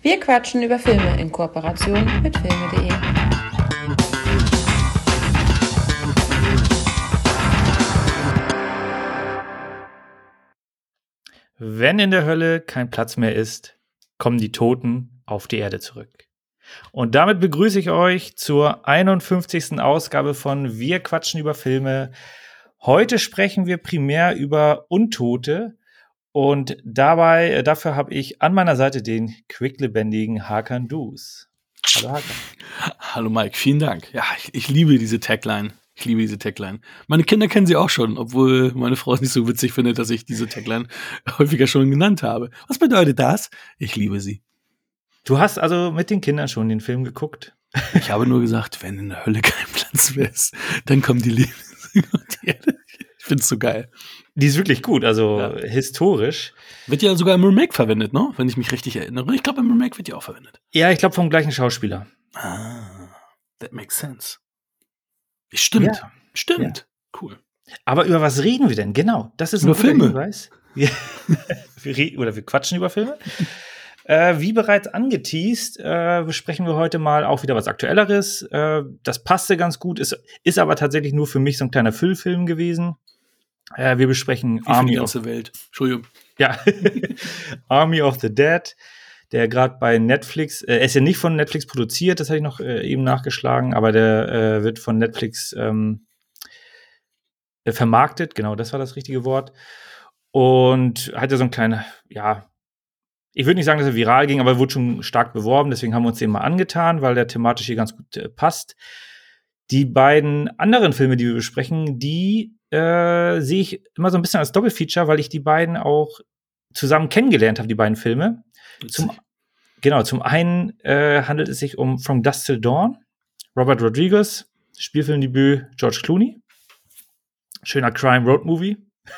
Wir quatschen über Filme in Kooperation mit filme.de. Wenn in der Hölle kein Platz mehr ist, kommen die Toten auf die Erde zurück. Und damit begrüße ich euch zur 51. Ausgabe von Wir quatschen über Filme. Heute sprechen wir primär über Untote. Und dafür habe ich an meiner Seite den quicklebendigen Hakan Dus. Hallo Hakan. Hallo Mike, vielen Dank. Ja, ich liebe diese Tagline. Meine Kinder kennen sie auch schon, obwohl meine Frau es nicht so witzig findet, dass ich diese Tagline häufiger schon genannt habe. Was bedeutet das? Ich liebe sie. Du hast also mit den Kindern schon den Film geguckt? Ich habe nur gesagt, wenn in der Hölle kein Platz mehr ist, dann kommen die Lebensmittel auf die Erde. Ich find's so geil. Die ist wirklich gut, also historisch. Wird ja sogar im Remake verwendet, ne? Wenn ich mich richtig erinnere. Ich glaube, im Remake wird die auch verwendet. Ja, ich glaube vom gleichen Schauspieler. That makes sense. Stimmt. Ja. Cool. Aber über was reden wir denn? Genau, das ist ein guter Hinweis. Wir quatschen über Filme. Wie bereits angeteast, besprechen wir heute mal auch wieder was Aktuelleres. Das passte ganz gut, ist aber tatsächlich nur für mich so ein kleiner Füllfilm gewesen. Wir besprechen Army of the Welt. Entschuldigung. Ja, Army of the Dead, der gerade bei Netflix, er ist ja nicht von Netflix produziert, das habe ich noch eben nachgeschlagen, aber der wird von Netflix vermarktet, genau, das war das richtige Wort. Und hat ja so ein kleiner, ich würde nicht sagen, dass er viral ging, aber er wurde schon stark beworben, deswegen haben wir uns den mal angetan, weil der thematisch hier ganz gut passt. Die beiden anderen Filme, die wir besprechen, die sehe ich immer so ein bisschen als Doppelfeature, weil ich die beiden auch zusammen kennengelernt habe, die beiden Filme. Zum einen handelt es sich um From Dusk Till Dawn, Robert Rodriguez, Spielfilmdebüt George Clooney. Schöner Crime-Road-Movie.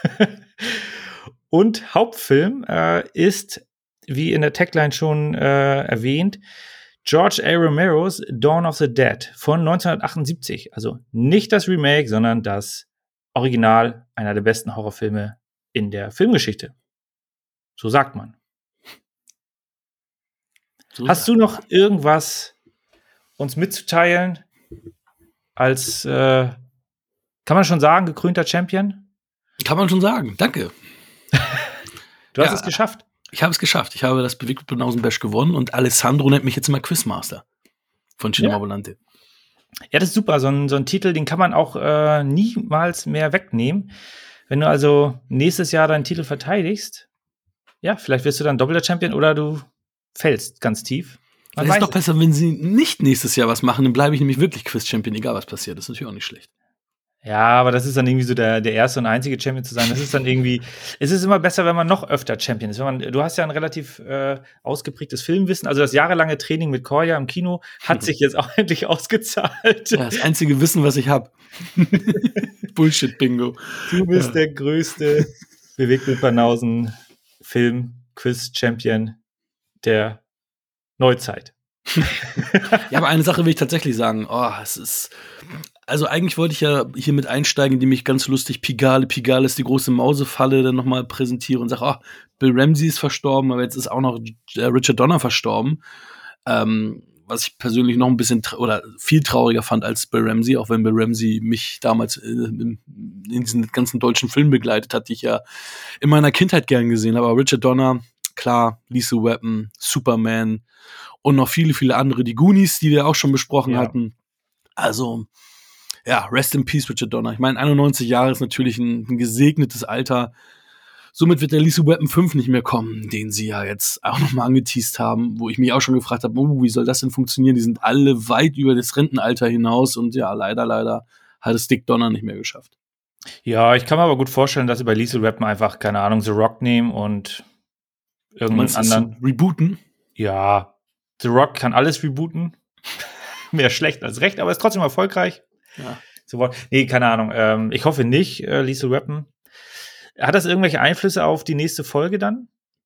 Und Hauptfilm ist, wie in der Tagline schon erwähnt, George A. Romeros Dawn of the Dead von 1978. Also nicht das Remake, sondern das Original, einer der besten Horrorfilme in der Filmgeschichte. So sagt man. Hast du noch irgendwas uns mitzuteilen als, kann man schon sagen, gekrönter Champion? Kann man schon sagen, danke. Du hast es geschafft. Ich habe es geschafft. Ich habe das Bewegt mit Banausen-Bash gewonnen und Alessandro nennt mich jetzt immer Quizmaster von Cinema Volante. Ja, das ist super. So ein Titel, den kann man auch niemals mehr wegnehmen. Wenn du also nächstes Jahr deinen Titel verteidigst, ja, vielleicht wirst du dann doppelter Champion oder du fällst ganz tief. Es ist doch besser, wenn sie nicht nächstes Jahr was machen, dann bleibe ich nämlich wirklich Quiz-Champion, egal was passiert. Das ist natürlich auch nicht schlecht. Ja, aber das ist dann irgendwie so der erste und einzige Champion zu sein. Das ist dann irgendwie, es ist immer besser, wenn man noch öfter Champion ist. Du hast ja ein relativ ausgeprägtes Filmwissen. Also das jahrelange Training mit Koya im Kino hat sich jetzt auch endlich ausgezahlt. Ja, das einzige Wissen, was ich habe. Bullshit-Bingo. Du bist der größte Bewegt mit Banausen Film-Quiz-Champion der Neuzeit. Ja, aber eine Sache will ich tatsächlich sagen. Also eigentlich wollte ich ja hier mit einsteigen, indem ich ganz lustig Pigalle ist die große Mausefalle dann nochmal präsentiere und sage, Bill Ramsey ist verstorben, aber jetzt ist auch noch Richard Donner verstorben. Was ich persönlich noch ein bisschen viel trauriger fand als Bill Ramsey, auch wenn Bill Ramsey mich damals in diesen ganzen deutschen Filmen begleitet hat, die ich ja in meiner Kindheit gern gesehen habe. Aber Richard Donner, klar, Lethal Weapon, Superman und noch viele, viele andere, die Goonies, die wir auch schon besprochen hatten. Also, ja, rest in peace, Richard Donner. Ich meine, 91 Jahre ist natürlich ein gesegnetes Alter. Somit wird der Lethal Weapon 5 nicht mehr kommen, den sie ja jetzt auch nochmal angeteast haben, wo ich mich auch schon gefragt habe, wie soll das denn funktionieren? Die sind alle weit über das Rentenalter hinaus und ja, leider hat es Dick Donner nicht mehr geschafft. Ja, ich kann mir aber gut vorstellen, dass sie bei Lethal Weapon einfach, keine Ahnung, The Rock nehmen und irgendeinen anderen rebooten. Ja, The Rock kann alles rebooten. Mehr schlecht als recht, aber ist trotzdem erfolgreich. Ja. Nee, keine Ahnung. Ich hoffe nicht, Lethal Weapon. Hat das irgendwelche Einflüsse auf die nächste Folge dann?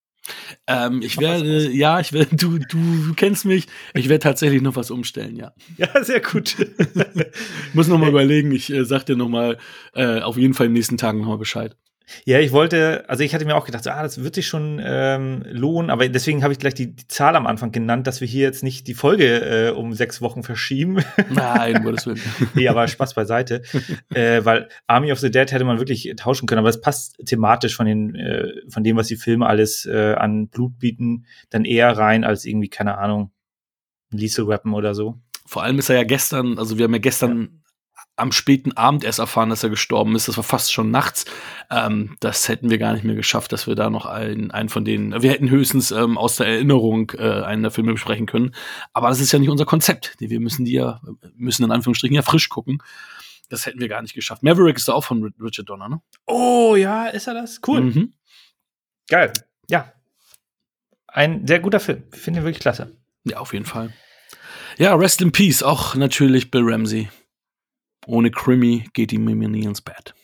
Du kennst mich. Ich werde tatsächlich noch was umstellen, ja. Ja, sehr gut. Muss noch mal überlegen. Ich sag dir noch mal auf jeden Fall in den nächsten Tagen noch mal Bescheid. Ja, ich hatte mir auch gedacht, das wird sich schon lohnen, aber deswegen habe ich gleich die Zahl am Anfang genannt, dass wir hier jetzt nicht die Folge um 6 Wochen verschieben. Nein, Gottes Willen. Nee, aber Spaß beiseite. Weil Army of the Dead hätte man wirklich tauschen können, aber es passt thematisch von dem, was die Filme alles an Blut bieten, dann eher rein als irgendwie, keine Ahnung, Lethal Weapon oder so. Vor allem ist er ja gestern, also wir haben ja gestern am späten Abend erst erfahren, dass er gestorben ist. Das war fast schon nachts. Das hätten wir gar nicht mehr geschafft, dass wir da noch einen von denen, wir hätten höchstens aus der Erinnerung einen der Filme besprechen können. Aber das ist ja nicht unser Konzept. Wir müssen in Anführungsstrichen ja frisch gucken. Das hätten wir gar nicht geschafft. Maverick ist da auch von Richard Donner, ne? Oh ja, ist er das? Cool. Mhm. Geil. Ja. Ein sehr guter Film. Ich finde ihn wirklich klasse. Ja, auf jeden Fall. Ja, Rest in Peace, auch natürlich Bill Ramsey. Ohne Krimi geht die Mimi nie ins Bett.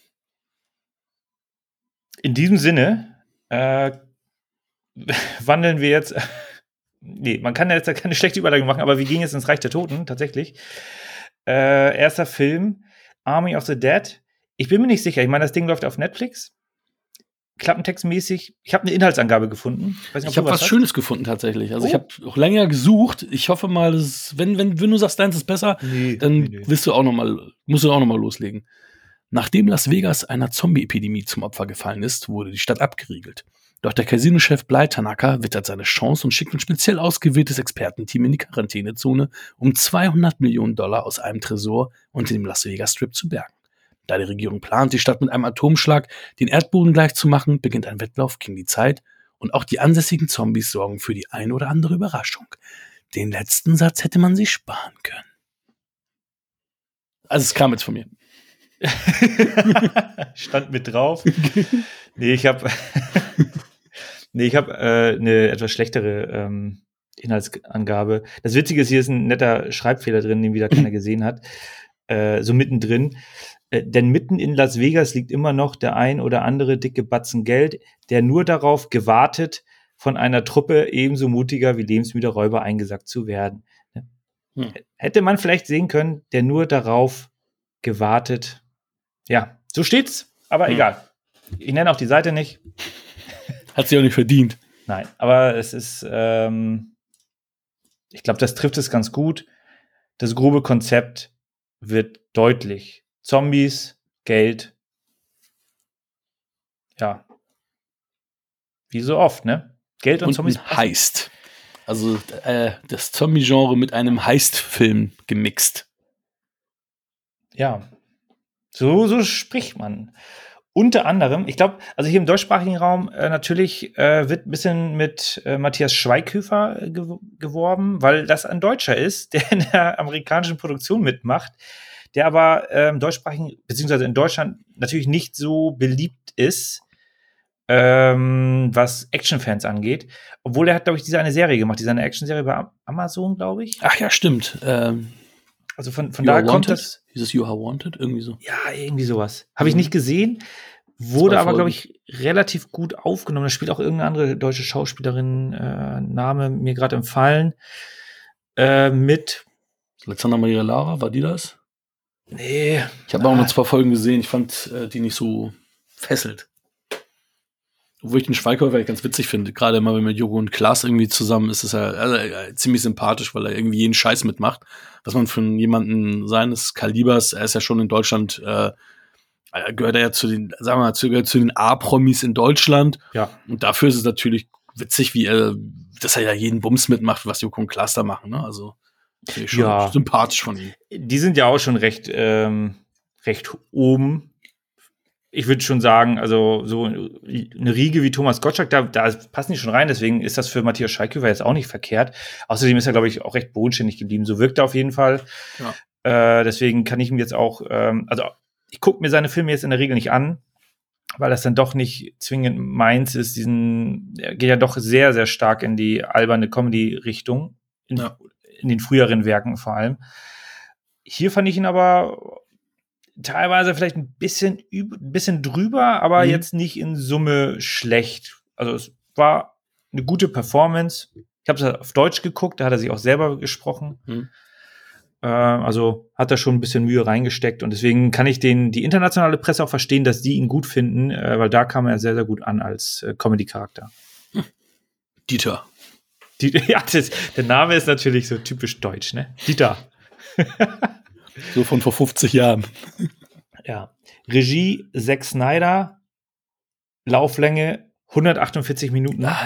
In diesem Sinne wandeln wir jetzt. Nee, man kann jetzt keine schlechte Überleitung machen, aber wir gehen jetzt ins Reich der Toten, tatsächlich. Erster Film, Army of the Dead. Ich bin mir nicht sicher. Ich meine, das Ding läuft auf Netflix. Klappentextmäßig. Ich habe eine Inhaltsangabe gefunden. Ich habe was Schönes gefunden tatsächlich. Also ich habe auch länger gesucht. Ich hoffe mal, dass, wenn du sagst, deins ist besser, dann musst du auch noch mal loslegen. Nachdem Las Vegas einer Zombie-Epidemie zum Opfer gefallen ist, wurde die Stadt abgeriegelt. Doch der Casino-Chef Bly Tanaka wittert seine Chance und schickt ein speziell ausgewähltes Expertenteam in die Quarantänezone, um $200 Millionen aus einem Tresor unter dem Las Vegas Strip zu bergen. Da die Regierung plant, die Stadt mit einem Atomschlag den Erdboden gleich zu machen, beginnt ein Wettlauf gegen die Zeit und auch die ansässigen Zombies sorgen für die ein oder andere Überraschung. Den letzten Satz hätte man sich sparen können. Also es kam jetzt von mir. Stand mit drauf. Nee, ich habe eine etwas schlechtere Inhaltsangabe. Das Witzige ist, hier ist ein netter Schreibfehler drin, den wieder keiner gesehen hat. So mittendrin. Denn mitten in Las Vegas liegt immer noch der ein oder andere dicke Batzen Geld, der nur darauf gewartet, von einer Truppe ebenso mutiger wie lebensmüder Räuber eingesackt zu werden. Hätte man vielleicht sehen können, der nur darauf gewartet. Ja, so steht's, aber egal. Ich nenne auch die Seite nicht. Hat sie auch nicht verdient. Nein, aber es ist, ich glaube, das trifft es ganz gut. Das grobe Konzept wird deutlich. Zombies, Geld. Ja. Wie so oft, ne? Geld und Zombies. Ein Heist. Also das Zombie-Genre mit einem Heist-Film gemixt. Ja. So spricht man. Unter anderem, ich glaube, also hier im deutschsprachigen Raum natürlich wird ein bisschen mit Matthias Schweighöfer geworben, weil das ein Deutscher ist, der in der amerikanischen Produktion mitmacht, der aber im deutschsprachigen, beziehungsweise in Deutschland natürlich nicht so beliebt ist, was Actionfans angeht. Obwohl er hat, glaube ich, diese eine Serie gemacht, diese eine Actionserie bei Amazon, glaube ich. Ach ja, stimmt. Also von daher kommt das. Dieses You Are Wanted? Irgendwie so. Ja, irgendwie sowas. Habe ich nicht gesehen. Wurde aber, glaube ich, relativ gut aufgenommen. Da spielt auch irgendeine andere deutsche Schauspielerin, Name mir gerade entfallen, mit. Alexandra Maria Lara, war die das? Nee. Ich habe auch noch 2 Folgen gesehen. Ich fand die nicht so fesselt. Obwohl ich den Schweighöfer ganz witzig finde. Gerade immer, wenn mit Joko und Klaas irgendwie zusammen ist, ist er ziemlich sympathisch, weil er irgendwie jeden Scheiß mitmacht. Was man für jemanden seines Kalibers, er ist ja schon in Deutschland, gehört er ja zu den, sagen wir mal, zu den A-Promis in Deutschland. Ja. Und dafür ist es natürlich witzig, dass er ja jeden Bums mitmacht, was Joko und Klaas da machen, ne? Also, finde ich schon sympathisch von ihm. Die sind ja auch schon recht oben. Ich würde schon sagen, also so eine Riege wie Thomas Gottschalk, da passen die schon rein, deswegen ist das für Matthias Schweighöfer jetzt auch nicht verkehrt. Außerdem ist er, glaube ich, auch recht bodenständig geblieben. So wirkt er auf jeden Fall. Ja. Deswegen kann ich ihm jetzt auch, also ich gucke mir seine Filme jetzt in der Regel nicht an, weil das dann doch nicht zwingend meins ist. Er geht ja doch sehr, sehr stark in die alberne Comedy-Richtung, in den früheren Werken vor allem. Hier fand ich ihn aber teilweise vielleicht ein bisschen drüber, aber jetzt nicht in Summe schlecht. Also es war eine gute Performance. Ich habe es auf Deutsch geguckt, da hat er sich auch selber gesprochen. Also hat er schon ein bisschen Mühe reingesteckt und deswegen kann ich die internationale Presse auch verstehen, dass die ihn gut finden, weil da kam er sehr, sehr gut an als Comedy-Charakter. Dieter. Ja, der Name ist natürlich so typisch deutsch, ne? Dieter. So von vor 50 Jahren. Ja. Regie Zack Snyder, Lauflänge 148 Minuten. Ja.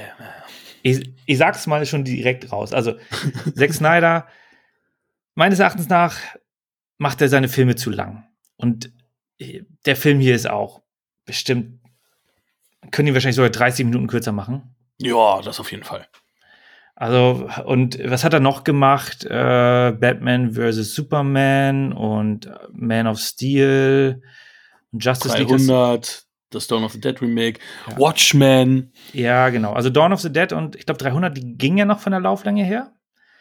Ich sag's mal schon direkt raus. Also Zack Snyder, meines Erachtens nach, macht er seine Filme zu lang. Und der Film hier ist auch bestimmt, können die wahrscheinlich sogar 30 Minuten kürzer machen. Ja, das auf jeden Fall. Also, und was hat er noch gemacht? Batman vs. Superman und Man of Steel, Justice 300, das Dawn of the Dead Remake, Ja. Watchmen. Ja, genau. Also Dawn of the Dead und ich glaube 300, die ging ja noch von der Lauflänge her.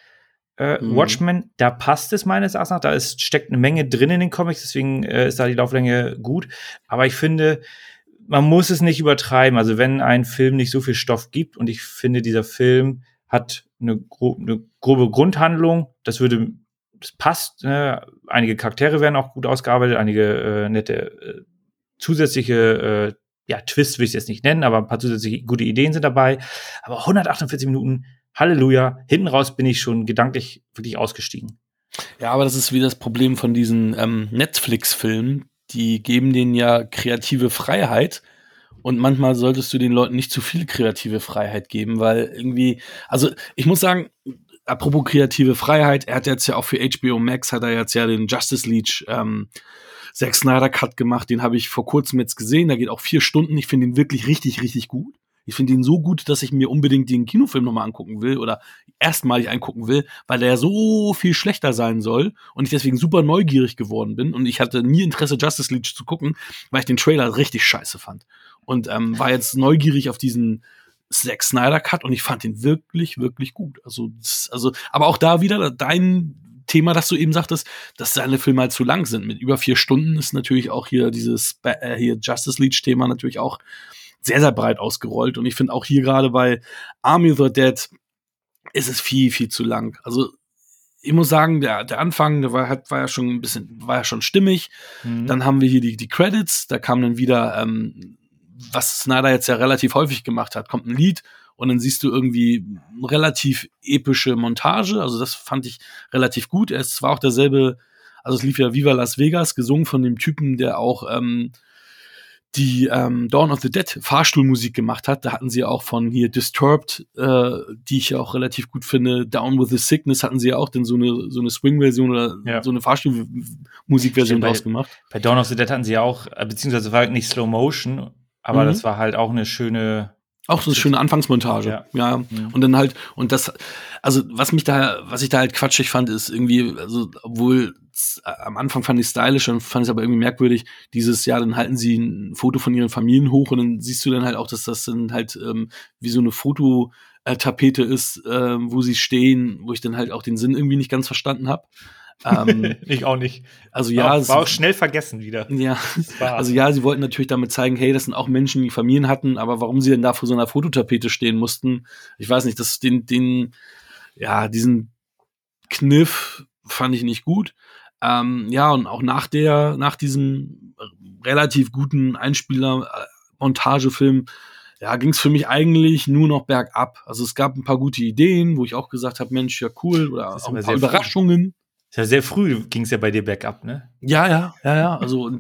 Watchmen, da passt es meines Erachtens nach. Da steckt eine Menge drin in den Comics, deswegen ist da die Lauflänge gut. Aber ich finde, man muss es nicht übertreiben. Also wenn ein Film nicht so viel Stoff gibt und ich finde, dieser Film hat eine grobe Grundhandlung, das passt. Ne? Einige Charaktere werden auch gut ausgearbeitet, einige nette zusätzliche Twists will ich es jetzt nicht nennen, aber ein paar zusätzliche gute Ideen sind dabei. Aber 148 Minuten, Halleluja, hinten raus bin ich schon gedanklich wirklich ausgestiegen. Ja, aber das ist wieder das Problem von diesen Netflix-Filmen. Die geben denen ja kreative Freiheit. Und manchmal solltest du den Leuten nicht zu viel kreative Freiheit geben, weil irgendwie, also ich muss sagen, apropos kreative Freiheit, er hat jetzt ja auch für HBO Max, hat er jetzt ja den Justice League Zack Snyder Cut gemacht, den habe ich vor kurzem jetzt gesehen, der geht auch 4 Stunden, ich finde ihn wirklich richtig, richtig gut. Ich finde ihn so gut, dass ich mir unbedingt den Kinofilm nochmal angucken will oder erstmalig angucken will, weil der so viel schlechter sein soll und ich deswegen super neugierig geworden bin und ich hatte nie Interesse, Justice League zu gucken, weil ich den Trailer richtig scheiße fand. Und war jetzt neugierig auf diesen Zack Snyder Cut und ich fand ihn wirklich, wirklich gut. Also, aber auch da wieder dein Thema, das du eben sagtest, dass seine Filme halt zu lang sind. Mit über 4 Stunden ist natürlich auch hier dieses hier Justice League Thema natürlich auch sehr, sehr breit ausgerollt. Und ich finde auch hier gerade bei Army of the Dead ist es viel, viel zu lang. Also ich muss sagen, der Anfang, der war ja schon stimmig. Mhm. Dann haben wir hier die Credits, da kam dann wieder was Snyder jetzt ja relativ häufig gemacht hat, kommt ein Lied und dann siehst du irgendwie eine relativ epische Montage, also das fand ich relativ gut. Es war auch derselbe, also es lief ja Viva Las Vegas, gesungen von dem Typen, der auch die Dawn of the Dead Fahrstuhlmusik gemacht hat. Da hatten sie auch von hier Disturbed, die ich ja auch relativ gut finde, Down with the Sickness hatten sie ja auch denn so eine Swing-Version oder so eine Fahrstuhlmusikversion draus gemacht. Bei Dawn of the Dead hatten sie ja auch, beziehungsweise war nicht Slow Motion, aber das war halt auch eine schöne auch so eine schöne Anfangsmontage. Ja. Und dann halt, und das, also was ich da halt quatschig fand, ist irgendwie, also obwohl am Anfang fand ich stylisch und fand es aber irgendwie merkwürdig, dieses Jahr, dann halten sie ein Foto von ihren Familien hoch und dann siehst du dann halt auch, dass das dann halt wie so eine Fototapete ist, wo sie stehen, wo ich dann halt auch den Sinn irgendwie nicht ganz verstanden habe. Ich auch nicht. Also ja, war auch schnell vergessen wieder. Ja, also ja, sie wollten natürlich damit zeigen, hey, das sind auch Menschen, die Familien hatten, aber warum sie denn da vor so einer Fototapete stehen mussten, ich weiß nicht, diesen Kniff fand ich nicht gut. Ja, und auch nach diesem relativ guten Einspieler-Montagefilm, ja, ging es für mich eigentlich nur noch bergab. Also es gab ein paar gute Ideen, wo ich auch gesagt habe, Mensch, ja cool, oder auch ein paar Überraschungen. Ja, sehr früh ging es ja bei dir bergab, ne? Ja. Also,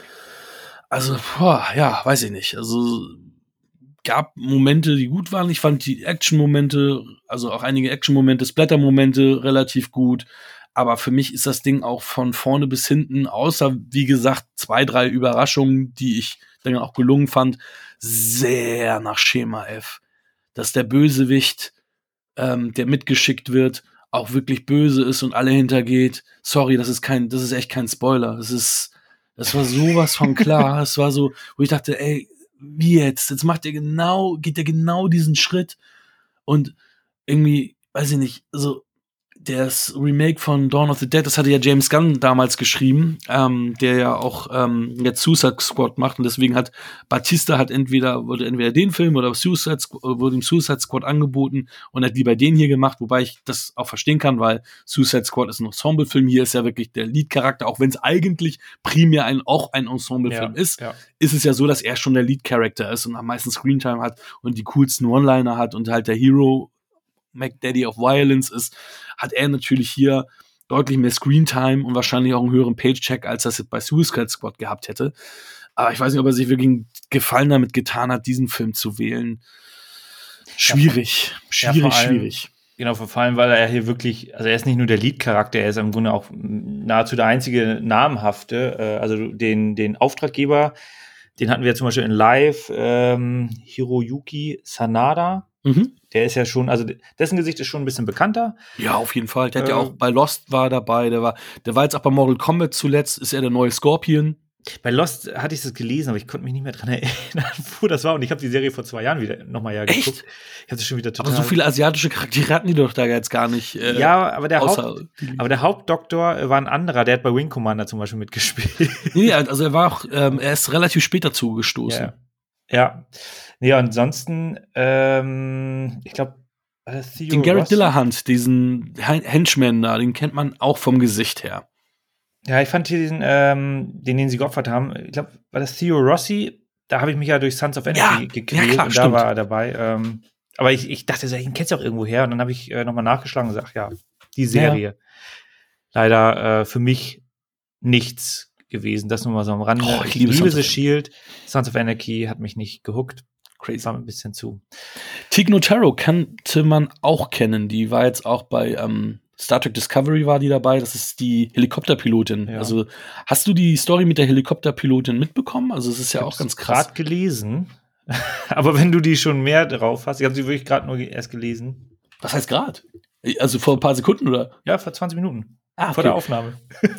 weiß ich nicht. Also, gab Momente, die gut waren. Ich fand die Action-Momente, also auch einige Action-Momente, Splatter-Momente relativ gut. Aber für mich ist das Ding auch von vorne bis hinten, außer, wie gesagt, 2, 3 Überraschungen, die ich dann auch gelungen fand, sehr nach Schema F. Dass der Bösewicht, der mitgeschickt wird, auch wirklich böse ist und alle hintergeht. Sorry, das ist echt kein Spoiler. Das war sowas von klar. Es war so, wo ich dachte, ey, wie jetzt? Jetzt geht der genau diesen Schritt und irgendwie, weiß ich nicht, also das Remake von Dawn of the Dead, das hatte ja James Gunn damals geschrieben, der ja auch jetzt Suicide Squad macht, und deswegen hat Batista wurde entweder den Film oder wurde ihm Suicide Squad angeboten und hat lieber den hier gemacht, wobei ich das auch verstehen kann, weil Suicide Squad ist ein Ensemble-Film, hier ist ja wirklich der Lead-Charakter, auch wenn es eigentlich primär auch ein Ensemble-Film ist es ja so, dass er schon der Lead-Charakter ist und am meisten Screentime hat und die coolsten One-Liner hat und halt der Hero, McDaddy of Violence ist, hat er natürlich hier deutlich mehr Screentime und wahrscheinlich auch einen höheren Page-Check, als das bei Suicide Squad gehabt hätte. Aber ich weiß nicht, ob er sich wirklich einen Gefallen damit getan hat, diesen Film zu wählen. Schwierig. Genau, vor allem, weil er hier wirklich, also er ist nicht nur der Lead-Charakter, er ist im Grunde auch nahezu der einzige namhafte, also den Auftraggeber, den hatten wir zum Beispiel in Live, Hiroyuki Sanada. Der ist ja schon, also dessen Gesicht ist schon ein bisschen bekannter. Ja, auf jeden Fall. Der hat ja auch bei Lost war dabei, der war jetzt auch bei Mortal Kombat zuletzt, ist er der neue Scorpion. Bei Lost hatte ich das gelesen, aber ich konnte mich nicht mehr dran erinnern, wo das war. Und ich habe die Serie vor 2 Jahren wieder nochmal geguckt. Ich habe das schon wieder total. Aber so viele asiatische Charaktere hatten die doch da jetzt gar nicht. Ja, aber der Hauptdoktor war ein anderer, der hat bei Wing Commander zum Beispiel mitgespielt. Nee, also er ist relativ spät dazu gestoßen. Ja. Nee, ansonsten, ich glaube, den Garrett Dillahunt, diesen Henchman da, den kennt man auch vom Gesicht her. Ja, ich fand hier den sie geopfert haben, ich glaube, war das Theo Rossi? Da habe ich mich ja durch Sons of Anarchy gequält und stimmt. Da war er dabei. Aber ich dachte, ihn kennst du auch irgendwo her. Und dann habe ich nochmal nachgeschlagen und gesagt, ja, die Serie. Ja. Leider für mich nichts gewesen. Das nur mal so am Rande. Ich liebe The Shield. Sons of Anarchy hat mich nicht gehuckt. Crazy. War mir ein bisschen zu. Tig Notaro kannte man auch kennen. Die war jetzt auch bei Star Trek Discovery war die dabei. Das ist die Helikopterpilotin. Ja. Also hast du die Story mit der Helikopterpilotin mitbekommen? Also es ist ja auch ganz krass. Gerade gelesen. Aber wenn du die schon mehr drauf hast, ich habe sie wirklich gerade nur erst gelesen. Was heißt gerade? Also vor ein paar Sekunden, oder? Ja, vor 20 Minuten. Okay. Vor der Aufnahme.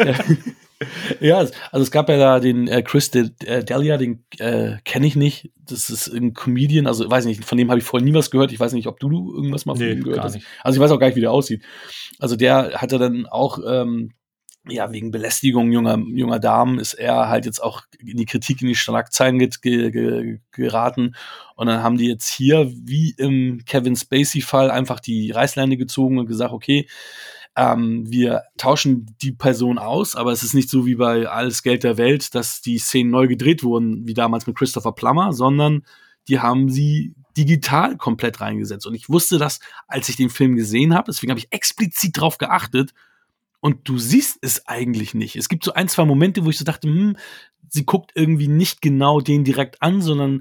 Ja, also es gab ja da den Chris D'Elia, den kenne ich nicht. Das ist ein Comedian, also weiß nicht, von dem habe ich vorher nie was gehört. Ich weiß nicht, ob du irgendwas mal von ihm gehört hast. Also ich weiß auch gar nicht, wie der aussieht. Also der hatte dann auch wegen Belästigung junger Damen ist er halt jetzt auch in die Kritik, in die Schlagzeilen geraten. Und dann haben die jetzt hier, wie im Kevin Spacey-Fall, einfach die Reißleine gezogen und gesagt, okay, wir tauschen die Person aus, aber es ist nicht so wie bei Alles Geld der Welt, dass die Szenen neu gedreht wurden, wie damals mit Christopher Plummer, sondern die haben sie digital komplett reingesetzt. Und ich wusste das, als ich den Film gesehen habe, deswegen habe ich explizit drauf geachtet. Und du siehst es eigentlich nicht. Es gibt so 1, 2 Momente, wo ich so dachte, sie guckt irgendwie nicht genau den direkt an, sondern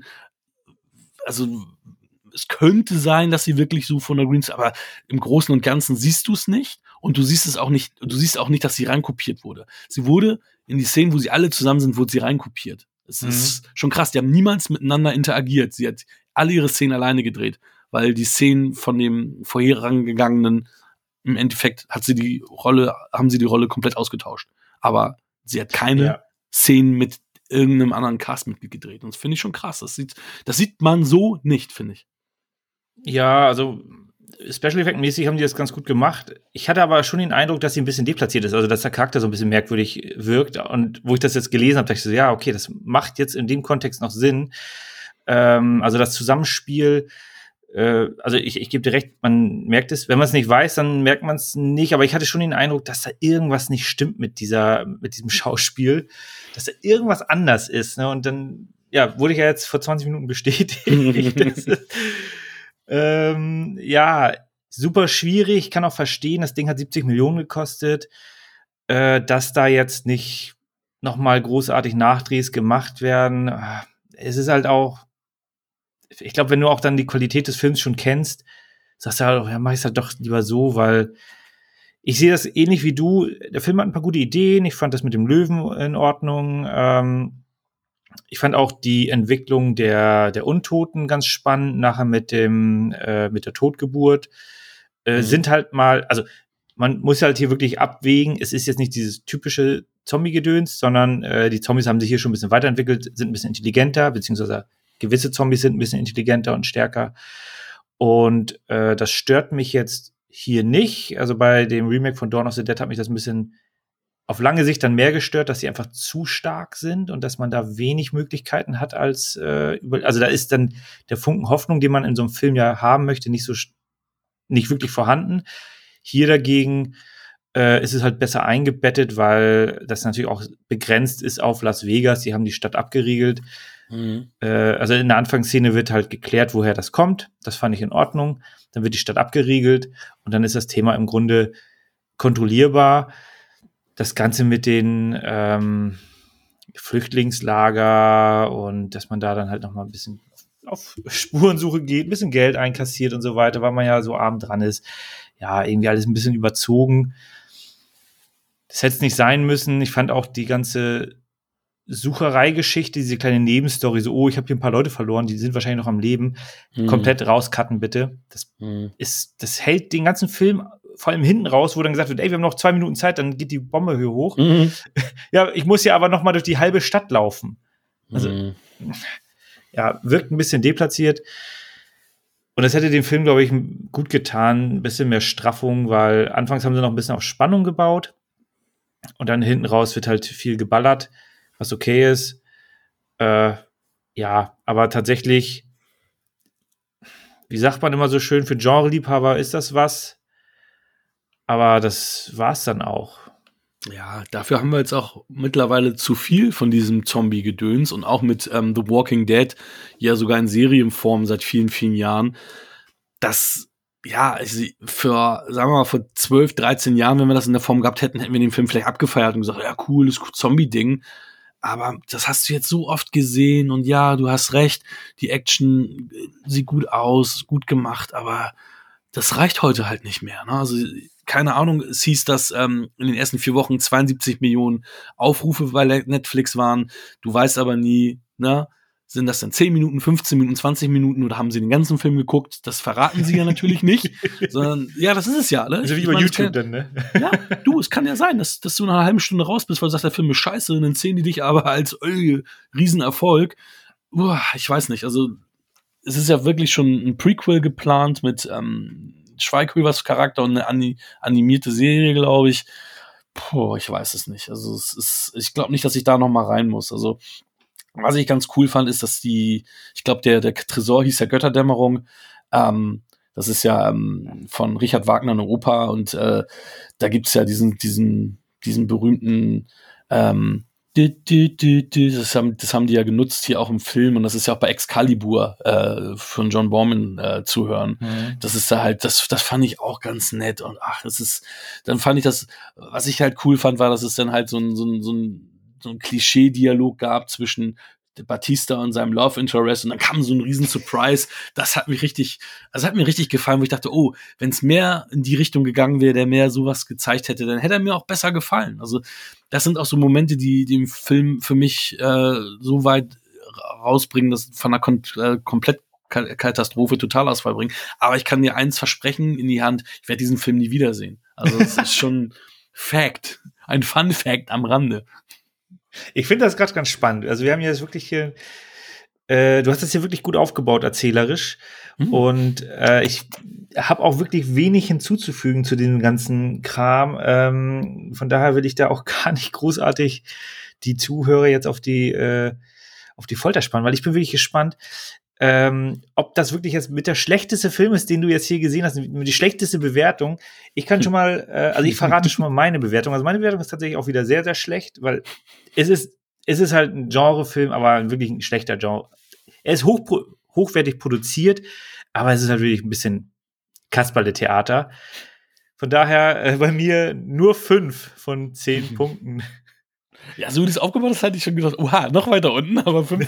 also es könnte sein, dass sie wirklich so von der Greenscreen, aber im Großen und Ganzen siehst du es nicht und du siehst es auch nicht, dass sie reinkopiert wurde. Sie wurde in die Szenen, wo sie alle zusammen sind, wurde sie reinkopiert. Es ist schon krass, die haben niemals miteinander interagiert. Sie hat alle ihre Szenen alleine gedreht, weil die Szenen von dem vorhergegangenen, im Endeffekt haben sie die Rolle komplett ausgetauscht. Aber sie hat keine Szenen mit irgendeinem anderen Castmitglied gedreht. Und das finde ich schon krass. Das sieht man so nicht, finde ich. Ja, also Special Effect-mäßig haben die das ganz gut gemacht. Ich hatte aber schon den Eindruck, dass sie ein bisschen deplatziert ist, also dass der Charakter so ein bisschen merkwürdig wirkt. Und wo ich das jetzt gelesen habe, dachte ich so, ja, okay, das macht jetzt in dem Kontext noch Sinn. Also das Zusammenspiel, also ich gebe dir recht, man merkt es, wenn man es nicht weiß, dann merkt man es nicht. Aber ich hatte schon den Eindruck, dass da irgendwas nicht stimmt mit diesem Schauspiel, dass da irgendwas anders ist. Ne? Und dann, ja, wurde ich ja jetzt vor 20 Minuten bestätigt. Super schwierig. Ich kann auch verstehen, das Ding hat 70 Millionen gekostet, dass da jetzt nicht nochmal großartig Nachdrehs gemacht werden. Es ist halt auch, ich glaube, wenn du auch dann die Qualität des Films schon kennst, sagst du halt, ja, mach ich es halt doch lieber so, weil ich sehe das ähnlich wie du. Der Film hat ein paar gute Ideen. Ich fand das mit dem Löwen in Ordnung. Ich fand auch die Entwicklung der Untoten ganz spannend, nachher mit der Totgeburt. Sind halt mal, also man muss halt hier wirklich abwägen, es ist jetzt nicht dieses typische Zombie-Gedöns, sondern die Zombies haben sich hier schon ein bisschen weiterentwickelt, sind ein bisschen intelligenter, beziehungsweise gewisse Zombies sind ein bisschen intelligenter und stärker. Und das stört mich jetzt hier nicht. Also bei dem Remake von Dawn of the Dead hat mich das ein bisschen auf lange Sicht dann mehr gestört, dass sie einfach zu stark sind und dass man da wenig Möglichkeiten hat als also da ist dann der Funken Hoffnung, den man in so einem Film ja haben möchte, nicht wirklich vorhanden. Hier dagegen ist es halt besser eingebettet, weil das natürlich auch begrenzt ist auf Las Vegas. Die haben die Stadt abgeriegelt. Also in der Anfangsszene wird halt geklärt, woher das kommt. Das fand ich in Ordnung. Dann wird die Stadt abgeriegelt und dann ist das Thema im Grunde kontrollierbar. Das Ganze mit den Flüchtlingslager und dass man da dann halt noch mal ein bisschen auf Spurensuche geht, ein bisschen Geld einkassiert und so weiter, weil man ja so arm dran ist. Ja, irgendwie alles ein bisschen überzogen. Das hätte es nicht sein müssen. Ich fand auch die ganze Suchereigeschichte, diese kleine Nebenstory, so, ich habe hier ein paar Leute verloren, die sind wahrscheinlich noch am Leben, komplett rauscutten, bitte. Das hält den ganzen Film vor allem hinten raus, wo dann gesagt wird, ey, wir haben noch 2 Minuten Zeit, dann geht die Bombe hier hoch. Ja, ich muss ja aber noch mal durch die halbe Stadt laufen. Also, ja, wirkt ein bisschen deplatziert. Und das hätte dem Film, glaube ich, gut getan, ein bisschen mehr Straffung, weil anfangs haben sie noch ein bisschen auf Spannung gebaut und dann hinten raus wird halt viel geballert, was okay ist. Ja, aber tatsächlich, wie sagt man immer so schön, für Genre-Liebhaber ist das was. Aber das war's dann auch. Ja, dafür haben wir jetzt auch mittlerweile zu viel von diesem Zombie-Gedöns und auch mit The Walking Dead, ja sogar in Serienform seit vielen, vielen Jahren. Das, ja, sagen wir mal, vor 12, 13 Jahren, wenn wir das in der Form gehabt hätten, hätten wir den Film vielleicht abgefeiert und gesagt, ja, cool, das Zombie-Ding. Aber das hast du jetzt so oft gesehen und ja, du hast recht, die Action sieht gut aus, gut gemacht, aber das reicht heute halt nicht mehr. Ne? Also keine Ahnung, es hieß, dass in den ersten 4 Wochen 72 Millionen Aufrufe bei Netflix waren. Du weißt aber nie, ne, sind das dann 10 Minuten, 15 Minuten, 20 Minuten oder haben sie den ganzen Film geguckt? Das verraten sie ja natürlich nicht, sondern ja, das ist es ja. Ne? Also wie bei YouTube dann, ne? Ja, es kann ja sein, dass du nach einer halben Stunde raus bist, weil du sagst, der Film ist scheiße und dann sehen die dich aber als Riesenerfolg. Ich weiß nicht, also es ist ja wirklich schon ein Prequel geplant mit Schweighövers Charakter und eine animierte Serie, glaube ich. Ich weiß es nicht. Also ich glaube nicht, dass ich da noch mal rein muss. Also was ich ganz cool fand, ist, dass ich glaube, der Tresor hieß ja Götterdämmerung. Das ist ja von Richard Wagner eine Oper und da gibt's ja diesen berühmten das haben die ja genutzt hier auch im Film und das ist ja auch bei Excalibur von John Borman zu hören. Das ist da halt, das fand ich auch ganz nett und dann fand ich das, was ich halt cool fand, war, dass es dann halt so ein Klischee-Dialog gab zwischen Batista und seinem Love Interest und dann kam so ein riesen Surprise. Das hat mir richtig gefallen, wo ich dachte, wenn es mehr in die Richtung gegangen wäre, der mehr sowas gezeigt hätte, dann hätte er mir auch besser gefallen. Also das sind auch so Momente, die den Film für mich so weit rausbringen, dass von einer komplett Katastrophe, Totalausfall bringen. Aber ich kann dir eins versprechen in die Hand, ich werde diesen Film nie wiedersehen. Also es ist schon Fact, ein Fun-Fact am Rande. Ich finde das gerade ganz spannend. Also wir haben jetzt wirklich hier, du hast das hier wirklich gut aufgebaut erzählerisch und ich habe auch wirklich wenig hinzuzufügen zu diesem ganzen Kram. Von daher will ich da auch gar nicht großartig die Zuhörer jetzt auf die Folter spannen, weil ich bin wirklich gespannt, ob das wirklich jetzt mit der schlechteste Film ist, den du jetzt hier gesehen hast, die schlechteste Bewertung. Ich kann schon mal, also ich verrate schon mal meine Bewertung. Also meine Bewertung ist tatsächlich auch wieder sehr, sehr schlecht, weil es ist halt ein Genrefilm, aber wirklich ein schlechter Genre. Er ist hochwertig produziert, aber es ist halt wirklich ein bisschen Kasperle-Theater. Von daher bei mir nur 5 von 10 Punkten. Ja, so wie das aufgebaut ist, hatte ich schon gedacht, noch weiter unten, aber 5,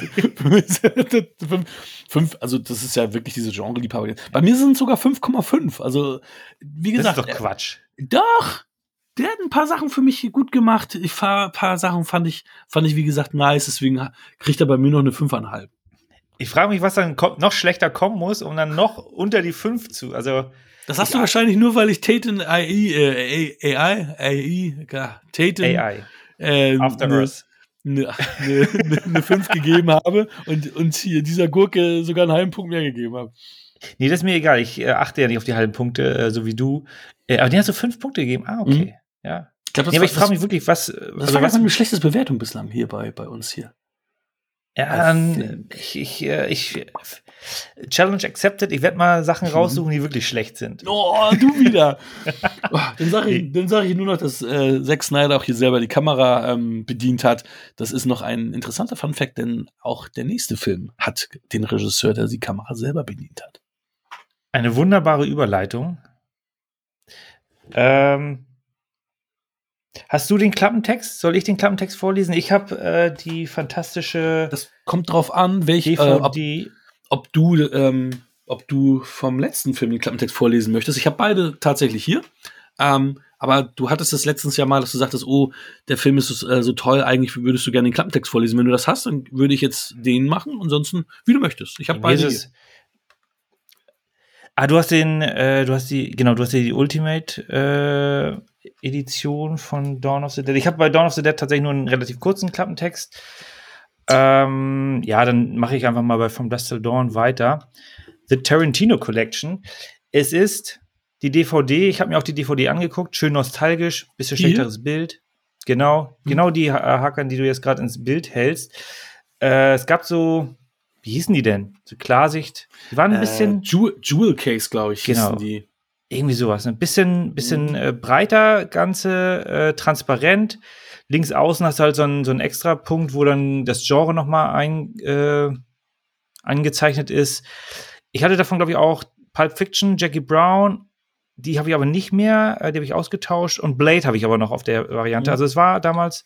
also das ist ja wirklich diese Genre-Liebhaber. Bei mir sind es sogar 5,5. Also, wie gesagt. Das ist doch Quatsch. Doch! Der hat ein paar Sachen für mich gut gemacht. Ein paar Sachen fand ich, wie gesagt, nice. Deswegen kriegt er bei mir noch eine 5,5. Ich frage mich, was dann noch schlechter kommen muss, um dann noch unter die 5 zu. Also. Das hast du wahrscheinlich nur, weil ich Tatum AI. After-Earth. Eine 5 gegeben habe und hier dieser Gurke sogar einen halben Punkt mehr gegeben habe. Nee, das ist mir egal. Ich achte ja nicht auf die halben Punkte, so wie du. Aber den hast du 5 Punkte gegeben. Ah, okay. Ja. Ich glaube, Nee, aber ich frage mich wirklich, was. Das war eine schlechteste Bewertung bislang hier bei uns hier. Ja, ich Challenge accepted. Ich werde mal Sachen raussuchen, die wirklich schlecht sind. Oh, du wieder. Dann sag ich nur noch, dass Zack Snyder auch hier selber die Kamera bedient hat. Das ist noch ein interessanter Funfact, denn auch der nächste Film hat den Regisseur, der die Kamera selber bedient hat. Eine wunderbare Überleitung. Hast du den Klappentext? Soll ich den Klappentext vorlesen? Ich habe die fantastische. Das kommt drauf an, ob du vom letzten Film den Klappentext vorlesen möchtest. Ich habe beide tatsächlich hier. Aber du hattest es letztens ja mal, dass du sagtest, oh, der Film ist so toll, eigentlich würdest du gerne den Klappentext vorlesen. Wenn du das hast, dann würde ich jetzt den machen. Ansonsten, wie du möchtest. Ich habe beide hier. Du hast die Ultimate Edition von Dawn of the Dead. Ich habe bei Dawn of the Dead tatsächlich nur einen relativ kurzen Klappentext. Dann mache ich einfach mal bei From Dusk Till Dawn weiter. The Tarantino Collection. Es ist die DVD. Ich habe mir auch die DVD angeguckt. Schön nostalgisch. Bisschen schlechteres Bild. Genau die Hackern, die du jetzt gerade ins Bild hältst. Es gab so, wie hießen die denn? So Klarsicht. Die waren ein bisschen Jewel Case, glaube ich, hießen die. Irgendwie sowas. Ein bisschen breiter, Ganze, transparent. Links außen hast du halt so einen extra Punkt, wo dann das Genre nochmal angezeichnet ist. Ich hatte davon, glaube ich, auch Pulp Fiction, Jackie Brown. Die habe ich aber nicht mehr. Die habe ich ausgetauscht. Und Blade habe ich aber noch auf der Variante. Also es war damals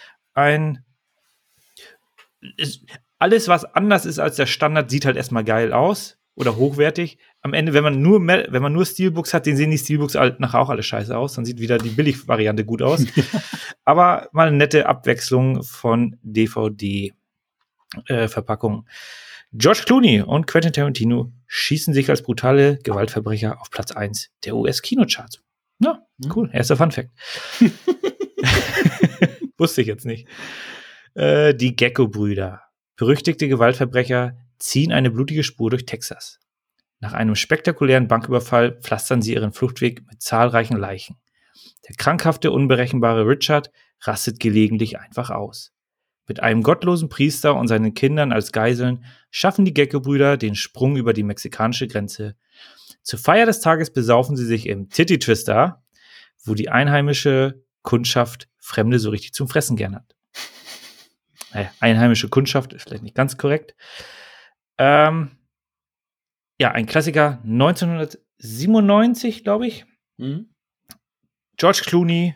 alles, was anders ist als der Standard, sieht halt erstmal geil aus. Oder hochwertig. Am Ende, wenn man nur Steelbooks hat, dann sehen die Steelbooks nachher auch alle scheiße aus. Dann sieht wieder die Billig-Variante gut aus. Aber mal eine nette Abwechslung von DVD-Verpackungen. George Clooney und Quentin Tarantino schießen sich als brutale Gewaltverbrecher auf Platz 1 der US-Kinocharts. Ja, cool. Erster Funfact. Wusste ich jetzt nicht. Die Gecko-Brüder. Berüchtigte Gewaltverbrecher ziehen eine blutige Spur durch Texas. Nach einem spektakulären Banküberfall pflastern sie ihren Fluchtweg mit zahlreichen Leichen. Der krankhafte, unberechenbare Richard rastet gelegentlich einfach aus. Mit einem gottlosen Priester und seinen Kindern als Geiseln schaffen die Gecko-Brüder den Sprung über die mexikanische Grenze. Zur Feier des Tages besaufen sie sich im Titty Twister, wo die einheimische Kundschaft Fremde so richtig zum Fressen gern hat. Einheimische Kundschaft ist vielleicht nicht ganz korrekt. Ein Klassiker, 1997, glaube ich. George Clooney,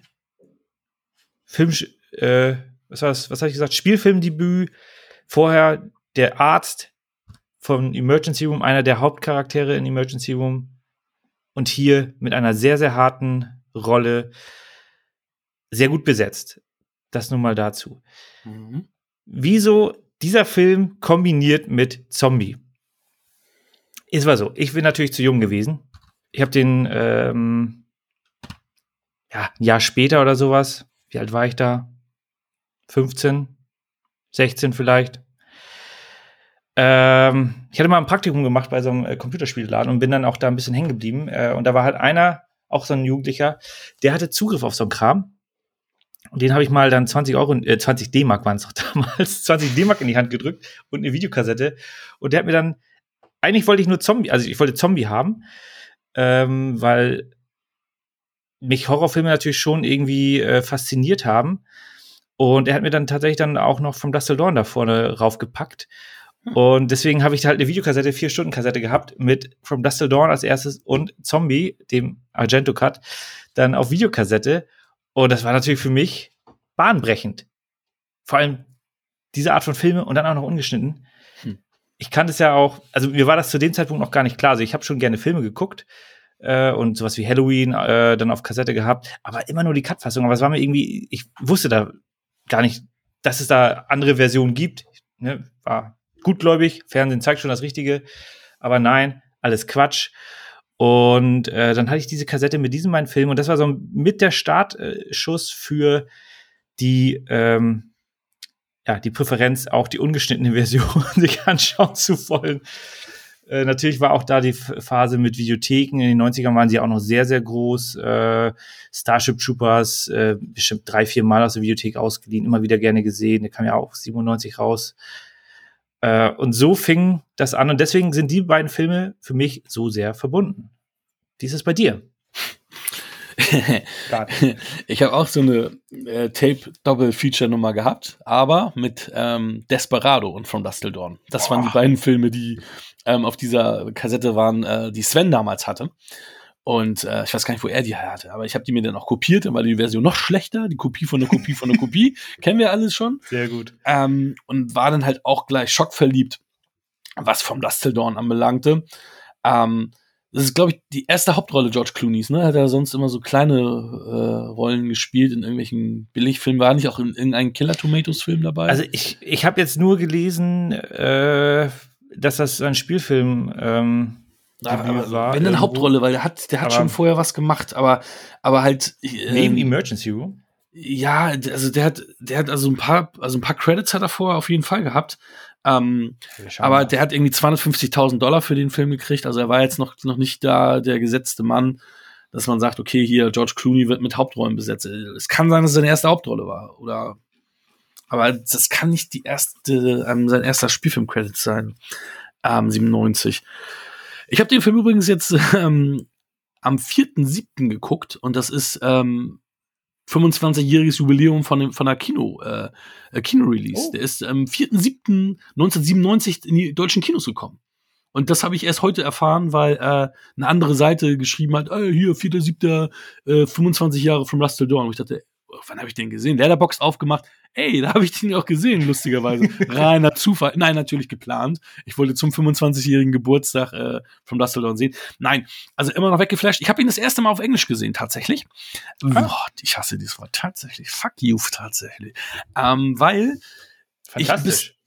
was habe ich gesagt? Spielfilmdebüt. Vorher der Arzt von Emergency Room, einer der Hauptcharaktere in Emergency Room. Und hier mit einer sehr, sehr harten Rolle. Sehr gut besetzt. Das nun mal dazu. Wieso dieser Film kombiniert mit Zombie? Es war so, ich bin natürlich zu jung gewesen. Ich habe den ein Jahr später oder sowas. Wie alt war ich da? 15, 16 vielleicht. Ich hatte mal ein Praktikum gemacht bei so einem Computerspielladen und bin dann auch da ein bisschen hängen geblieben. Und da war halt einer, auch so ein Jugendlicher, der hatte Zugriff auf so einen Kram. Und den habe ich mal dann 20 D-Mark waren es doch damals, 20 D-Mark in die Hand gedrückt und eine Videokassette. Und der hat mir dann, eigentlich wollte ich nur Zombie, also ich wollte Zombie haben, weil mich Horrorfilme natürlich schon irgendwie fasziniert haben. Und er hat mir dann tatsächlich dann auch noch From Dusk Till Dawn da vorne raufgepackt. Und deswegen habe ich halt eine Videokassette, 4-Stunden-Kassette gehabt mit From Dusk Till Dawn als erstes und Zombie, dem Argento-Cut, dann auf Videokassette. Und das war natürlich für mich bahnbrechend. Vor allem diese Art von Filme und dann auch noch ungeschnitten. Ich kannte es ja auch, also mir war das zu dem Zeitpunkt noch gar nicht klar. Also ich habe schon gerne Filme geguckt und sowas wie Halloween dann auf Kassette gehabt, aber immer nur die Cut-Fassung. Aber es war mir irgendwie, ich wusste da gar nicht, dass es da andere Versionen gibt. Ne? War gutgläubig, Fernsehen zeigt schon das Richtige. Aber nein, alles Quatsch. Und dann hatte ich diese Kassette mit diesem meinen Film und das war so mit der Startschuss für die die Präferenz, auch die ungeschnittene Version sich anschauen zu wollen. Natürlich war auch da die Phase mit Videotheken. In den 90ern waren sie auch noch sehr, sehr groß. Starship Troopers, bestimmt 3-4 Mal aus der Videothek ausgeliehen, immer wieder gerne gesehen. Der kam ja auch 97 raus. Und so fing das an. Und deswegen sind die beiden Filme für mich so sehr verbunden. Wie ist es bei dir? Ich habe auch so eine Tape-Double-Feature-Nummer gehabt, aber mit Desperado und From Dusk Till Dawn. Das waren die beiden Filme, die auf dieser Kassette waren, die Sven damals hatte. Und ich weiß gar nicht, wo er die hatte, aber ich habe die mir dann auch kopiert, dann war die Version noch schlechter, die Kopie von der Kopie von der Kopie. Kennen wir alles schon. Sehr gut. Und war dann halt auch gleich schockverliebt, was From Dusk Till Dawn anbelangte. Das ist, glaube ich, die erste Hauptrolle George Clooney's, ne? Hat er sonst immer so kleine Rollen gespielt in irgendwelchen Billigfilmen. War nicht auch in irgendeinem Killer Tomatoes Film dabei? Also ich habe jetzt nur gelesen, dass das ein Spielfilm war. Wenn eine Hauptrolle, weil der hat schon vorher was gemacht, aber halt neben Emergency Room? Ja, also der hat also ein paar Credits hat er vorher auf jeden Fall gehabt. Aber der hat irgendwie $250.000 für den Film gekriegt. Also er war jetzt noch nicht da der gesetzte Mann, dass man sagt, okay, hier George Clooney wird mit Hauptrollen besetzt. Es kann sein, dass es seine erste Hauptrolle war, aber das kann nicht sein erster Spielfilm-Credit sein. 97. Ich habe den Film übrigens jetzt am 4.7. geguckt und das ist 25-jähriges Jubiläum von der Kino-Release. Der ist am 4.7.1997 in die deutschen Kinos gekommen. Und das habe ich erst heute erfahren, weil eine andere Seite geschrieben hat, hier, 4.7., 25 Jahre From Dusk Till Dawn. Und ich dachte, wann habe ich den gesehen? Letterboxd aufgemacht. Ey, da habe ich den auch gesehen, lustigerweise. Reiner Zufall. Nein, natürlich geplant. Ich wollte zum 25-jährigen Geburtstag From Dusk Till Dawn sehen. Nein, also immer noch weggeflasht. Ich habe ihn das erste Mal auf Englisch gesehen, tatsächlich. Ich hasse dieses Wort. Tatsächlich. Fuck you, tatsächlich. Weil fantastisch.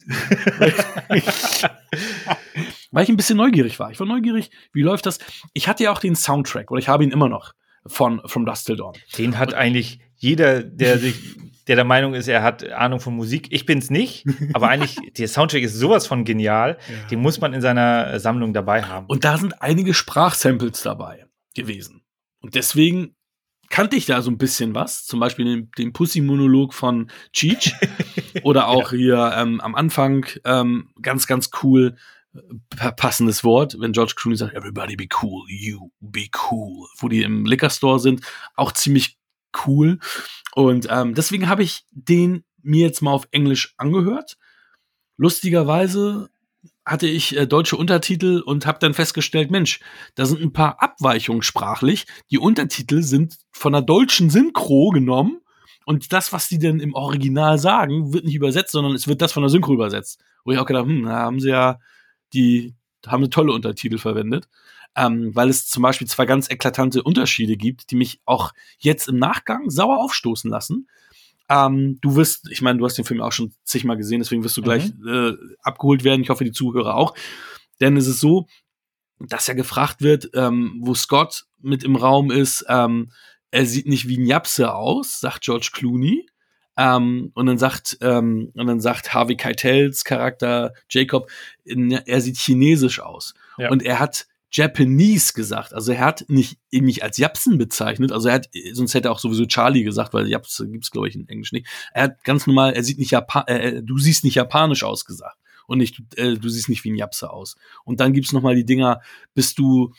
Weil ich ein bisschen neugierig war. Ich war neugierig, wie läuft das? Ich hatte ja auch den Soundtrack, oder ich habe ihn immer noch von From Dusk Till Dawn. Den hat eigentlich jeder, der der Meinung ist, er hat Ahnung von Musik. Ich bin's nicht, aber eigentlich, der Soundtrack ist sowas von genial. Ja. Den muss man in seiner Sammlung dabei haben. Und da sind einige Sprachsamples dabei gewesen. Und deswegen kannte ich da so ein bisschen was. Zum Beispiel den Pussy-Monolog von Cheech. Oder auch hier am Anfang ganz, ganz cool passendes Wort, wenn George Clooney sagt, everybody be cool, you be cool. Wo die im Liquor Store sind. Auch ziemlich cool. Und deswegen habe ich den mir jetzt mal auf Englisch angehört. Lustigerweise hatte ich deutsche Untertitel und habe dann festgestellt, Mensch, da sind ein paar Abweichungen sprachlich. Die Untertitel sind von der deutschen Synchro genommen und das, was die denn im Original sagen, wird nicht übersetzt, sondern es wird das von der Synchro übersetzt. Wo ich auch gedacht, da haben sie ja haben eine tolle Untertitel verwendet. Weil es zum Beispiel zwei ganz eklatante Unterschiede gibt, die mich auch jetzt im Nachgang sauer aufstoßen lassen. Du hast den Film auch schon zigmal gesehen, deswegen wirst du gleich abgeholt werden. Ich hoffe, die Zuhörer auch. Denn es ist so, dass ja gefragt wird, wo Scott mit im Raum ist, er sieht nicht wie ein Japse aus, sagt George Clooney. Und dann sagt Harvey Keitels Charakter Jacob, er sieht chinesisch aus. Ja. Und er hat Japanese gesagt, also er hat ihn nicht als Japsen bezeichnet, also sonst hätte er auch sowieso Charlie gesagt, weil Japse gibt's glaube ich in Englisch nicht. Er hat ganz normal, du siehst nicht japanisch aus gesagt und nicht, du siehst nicht wie ein Japse aus. Und dann gibt's nochmal die Dinger, bist du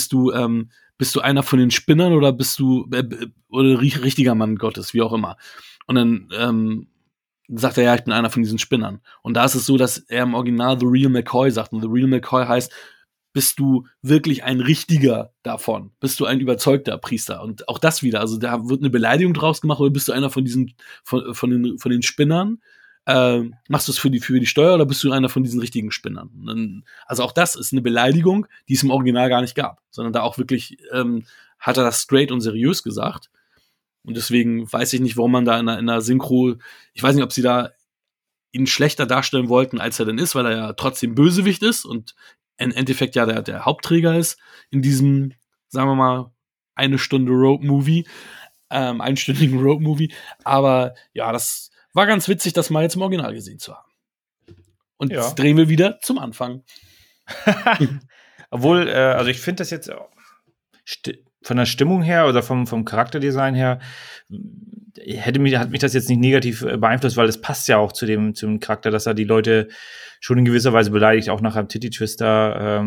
einer von den Spinnern oder bist du oder richtiger Mann Gottes, wie auch immer. Und dann sagt er, ja, ich bin einer von diesen Spinnern. Und da ist es so, dass er im Original The Real McCoy sagt. Und The Real McCoy heißt, bist du wirklich ein richtiger davon? Bist du ein überzeugter Priester? Und auch das wieder, also da wird eine Beleidigung draus gemacht, oder bist du einer von diesen, von den Spinnern? Machst du es für die Steuer oder bist du einer von diesen richtigen Spinnern? Dann, also auch das ist eine Beleidigung, die es im Original gar nicht gab, sondern da auch wirklich hat er das straight und seriös gesagt. Und deswegen weiß ich nicht, warum man da in einer Synchro, ich weiß nicht, ob sie da ihn schlechter darstellen wollten, als er denn ist, weil er ja trotzdem Bösewicht ist und im Endeffekt ja der Hauptträger ist in diesem, sagen wir mal, einstündigen Road-Movie. Aber ja, das war ganz witzig, das mal jetzt im Original gesehen zu haben. Und jetzt drehen wir wieder zum Anfang. Obwohl, also ich finde das jetzt von der Stimmung her oder vom Charakterdesign her hat mich das jetzt nicht negativ beeinflusst, weil es passt ja auch zum Charakter, dass er die Leute schon in gewisser Weise beleidigt, auch nach einem Titty Twister.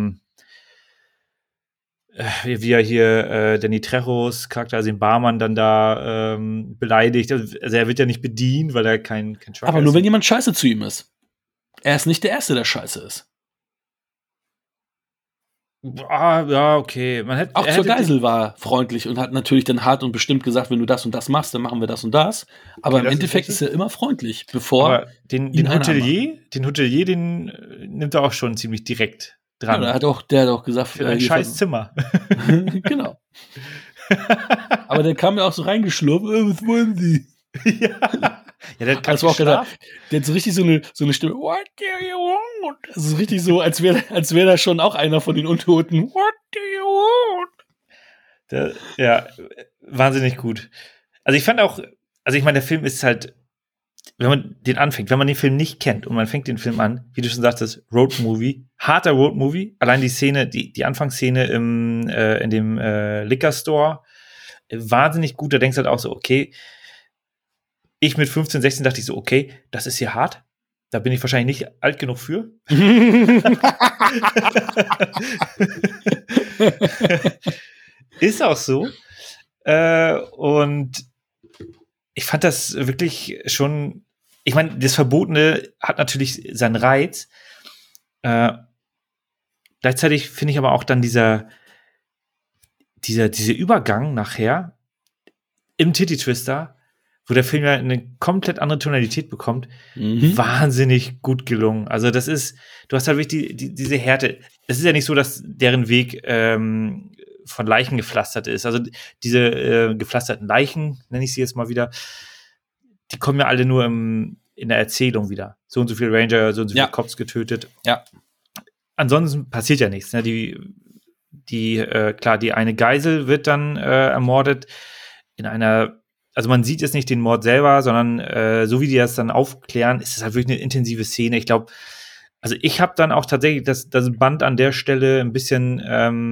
Wie er hier Danny Trejos Charakter, also den Barmann, dann da beleidigt. Also er wird ja nicht bedient, weil er kein Trucker ist. Aber nur wenn jemand scheiße zu ihm ist. Er ist nicht der Erste, der scheiße ist. Ja, okay. Auch zur Geisel war freundlich und hat natürlich dann hart und bestimmt gesagt, wenn du das und das machst, dann machen wir das und das. Aber okay, im Endeffekt ist er immer freundlich, bevor. Aber den Hotelier, den nimmt er auch schon ziemlich direkt dran. Ja, der hat auch gesagt, für ein scheiß Zimmer. Genau. Aber der kam ja auch so reingeschlurft, was wollen Sie? Ja, der hat auch gesagt, der hat so richtig so eine Stimme, what do you want? Das ist richtig so, als wäre da schon auch einer von den Untoten. What do you want? Ja, wahnsinnig gut. Also ich fand auch, ich meine, der Film ist halt, wenn man den anfängt, wenn man den Film nicht kennt und man fängt den Film an, wie du schon sagtest, Roadmovie, harter Roadmovie, allein die Szene, die Anfangsszene in dem Liquor Store, wahnsinnig gut, da denkst du halt auch so, okay, ich mit 15, 16 dachte ich so, okay, das ist hier hart. Da bin ich wahrscheinlich nicht alt genug für. Ist auch so. Und ich fand das wirklich schon, ich meine, das Verbotene hat natürlich seinen Reiz. Gleichzeitig finde ich aber auch dann dieser Übergang nachher im Titty Twister, wo der Film ja eine komplett andere Tonalität bekommt, wahnsinnig gut gelungen. Also das ist, du hast halt wirklich diese Härte. Es ist ja nicht so, dass deren Weg von Leichen gepflastert ist. Also diese gepflasterten Leichen, nenne ich sie jetzt mal wieder, die kommen ja alle nur in der Erzählung wieder. So und so viele Ranger, so und so viele Cops getötet. Ja. Ansonsten passiert ja nichts. Ne? Die eine Geisel wird dann ermordet in einer. Also man sieht jetzt nicht den Mord selber, sondern so wie die das dann aufklären, ist es halt wirklich eine intensive Szene. Ich glaube, also ich habe dann auch tatsächlich das Band an der Stelle ein bisschen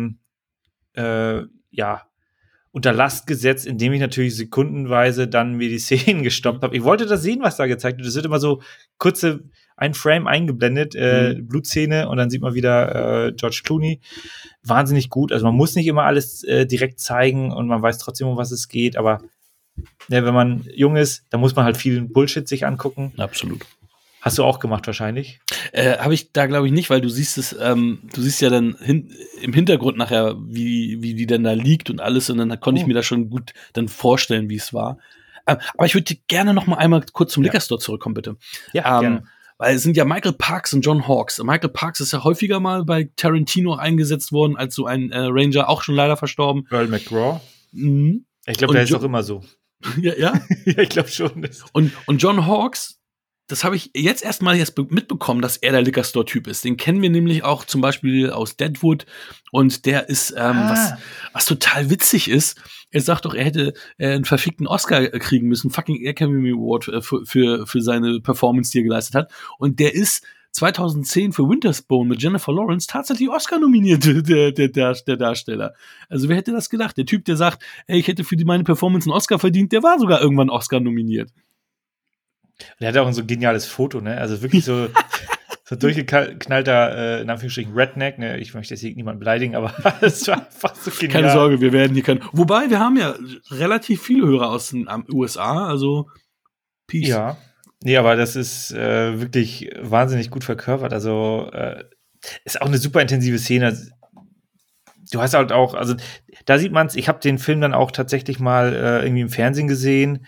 unter Last gesetzt, indem ich natürlich sekundenweise dann mir die Szenen gestoppt habe. Ich wollte das sehen, was da gezeigt wird. Es wird immer so ein Frame eingeblendet, Blutszene, und dann sieht man wieder George Clooney. Wahnsinnig gut. Also man muss nicht immer alles direkt zeigen und man weiß trotzdem, um was es geht, aber ja, wenn man jung ist, dann muss man halt viel Bullshit sich angucken. Absolut. Hast du auch gemacht wahrscheinlich? Habe ich da, glaube ich, nicht, weil du siehst ja dann im Hintergrund nachher, wie die denn da liegt und alles, und dann konnte ich mir das schon gut dann vorstellen, wie es war. Aber ich würde gerne noch mal einmal kurz zum Liquor Store zurückkommen, bitte. Ja, gerne. Weil es sind ja Michael Parks und John Hawkes. Michael Parks ist ja häufiger mal bei Tarantino eingesetzt worden, als so ein Ranger, auch schon leider verstorben. Earl McGraw. Mhm. Ich glaube, der ist auch immer so. Ja? Ja, ich glaube schon. Und John Hawkes, das habe ich jetzt mitbekommen, dass er der Liquor Store Typ ist. Den kennen wir nämlich auch zum Beispiel aus Deadwood. Und der ist, was total witzig ist, er sagt doch, er hätte einen verfickten Oscar kriegen müssen, fucking Academy Award für seine Performance, die er geleistet hat. Und der ist 2010 für Winter's Bone mit Jennifer Lawrence tatsächlich Oscar nominiert, der Darsteller. Also wer hätte das gedacht? Der Typ, der sagt, ey, ich hätte für meine Performance einen Oscar verdient, der war sogar irgendwann Oscar nominiert. Der hat auch so ein geniales Foto, ne? Also wirklich so durchgeknallter, in Anführungsstrichen, Redneck, ne? Ich möchte jetzt hier niemanden beleidigen, aber es war einfach so genial. Keine Sorge, wir werden hier Wobei, wir haben ja relativ viele Hörer aus den USA, also Peace. Ja. Nee, aber das ist wirklich wahnsinnig gut verkörpert. Also ist auch eine super intensive Szene. Du hast halt auch, also da sieht man's, ich habe den Film dann auch tatsächlich mal irgendwie im Fernsehen gesehen.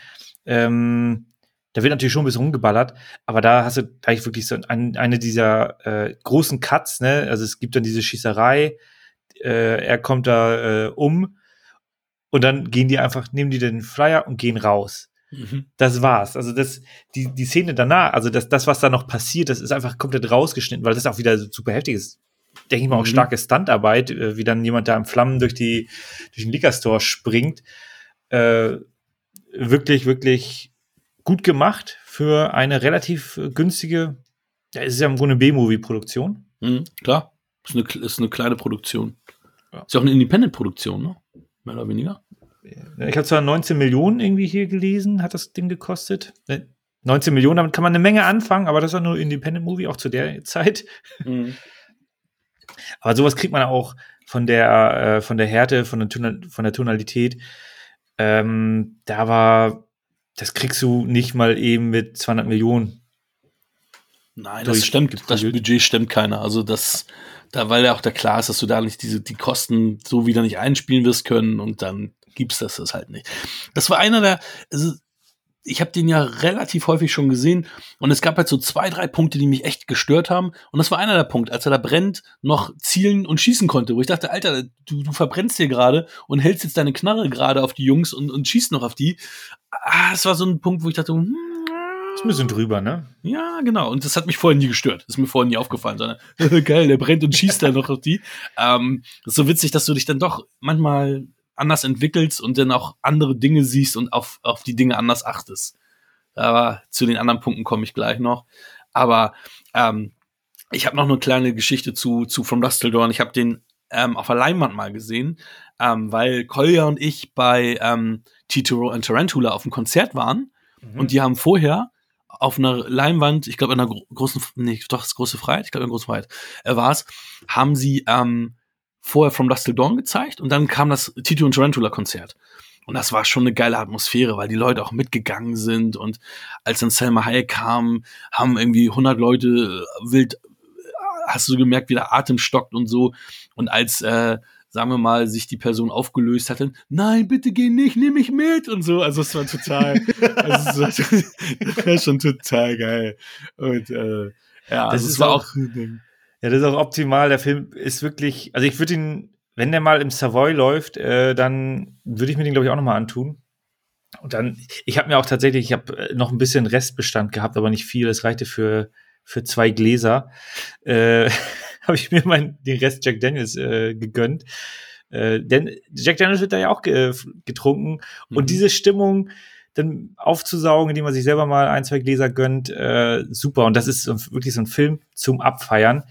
Da wird natürlich schon ein bisschen rumgeballert, aber da hast du gleich wirklich so eine dieser großen Cuts, ne? Also es gibt dann diese Schießerei, er kommt da um und dann nehmen die den Flyer und gehen raus. Das war's. Also die Szene danach, also das, was da noch passiert, das ist einfach komplett rausgeschnitten, weil das auch wieder super heftig ist. Denke ich mal auch starke Stuntarbeit, wie dann jemand da in Flammen durch den Liquor Store springt. Wirklich, wirklich gut gemacht für eine relativ günstige, ja, es ist ja im Grunde B-Movie-Produktion. Klar. Ist eine kleine Produktion. Ja. Ist ja auch eine Independent-Produktion, ne? Mehr oder weniger. Ich habe zwar 19 Millionen irgendwie hier gelesen, hat das Ding gekostet. 19 Millionen, damit kann man eine Menge anfangen, aber das war nur Independent-Movie, auch zu der Zeit. Mhm. Aber sowas kriegt man auch von der Härte, von der Tonalität. Das kriegst du nicht mal eben mit 200 Millionen. Nein, das Budget stemmt keiner. Also weil ja auch da klar ist, dass du da nicht die Kosten so wieder nicht einspielen wirst können und dann gibt's das halt nicht. Das war also ich habe den ja relativ häufig schon gesehen und es gab halt so 2, 3 Punkte, die mich echt gestört haben und das war einer der Punkte, als er da brennt, noch zielen und schießen konnte, wo ich dachte, Alter, du verbrennst hier gerade und hältst jetzt deine Knarre gerade auf die Jungs und schießt noch auf die. Das war so ein Punkt, wo ich dachte, ist ein bisschen drüber, ne? Ja, genau. Und das hat mich vorher nie gestört. Das ist mir vorher nie aufgefallen, sondern geil, der brennt und schießt da noch auf die. Das ist so witzig, dass du dich dann doch manchmal anders entwickelst und dann auch andere Dinge siehst und auf die Dinge anders achtest. Aber zu den anderen Punkten komme ich gleich noch. Aber ich habe noch eine kleine Geschichte zu From Dusk Till Dawn. Ich habe den auf der Leinwand mal gesehen, weil Kolja und ich bei Tito and Tarantula auf dem Konzert waren. Und die haben vorher auf einer Leinwand, ich glaube in einer große Freiheit, war es, haben sie vorher From Dusk Till Dawn gezeigt und dann kam das Tito und Tarantula Konzert. Und das war schon eine geile Atmosphäre, weil die Leute auch mitgegangen sind und als dann Salma Hayek kam, haben irgendwie 100 Leute wild, hast du gemerkt, wie der Atem stockt und so. Und als sagen wir mal, sich die Person aufgelöst hat, dann, nein, bitte geh nicht, nimm mich mit und so. Also es war total, das war schon total geil. Und das war auch ein Ding. Ja, das ist auch optimal. Der Film ist wirklich, also ich würde ihn, wenn der mal im Savoy läuft, dann würde ich mir den, glaube ich, auch nochmal antun. Und dann, ich habe noch ein bisschen Restbestand gehabt, aber nicht viel. Es reichte für 2 Gläser. Habe ich mir den Rest Jack Daniels gegönnt. Denn Jack Daniels wird da ja auch getrunken. Und diese Stimmung dann aufzusaugen, indem man sich selber mal 1, 2 Gläser gönnt, super. Und das ist wirklich so ein Film zum Abfeiern.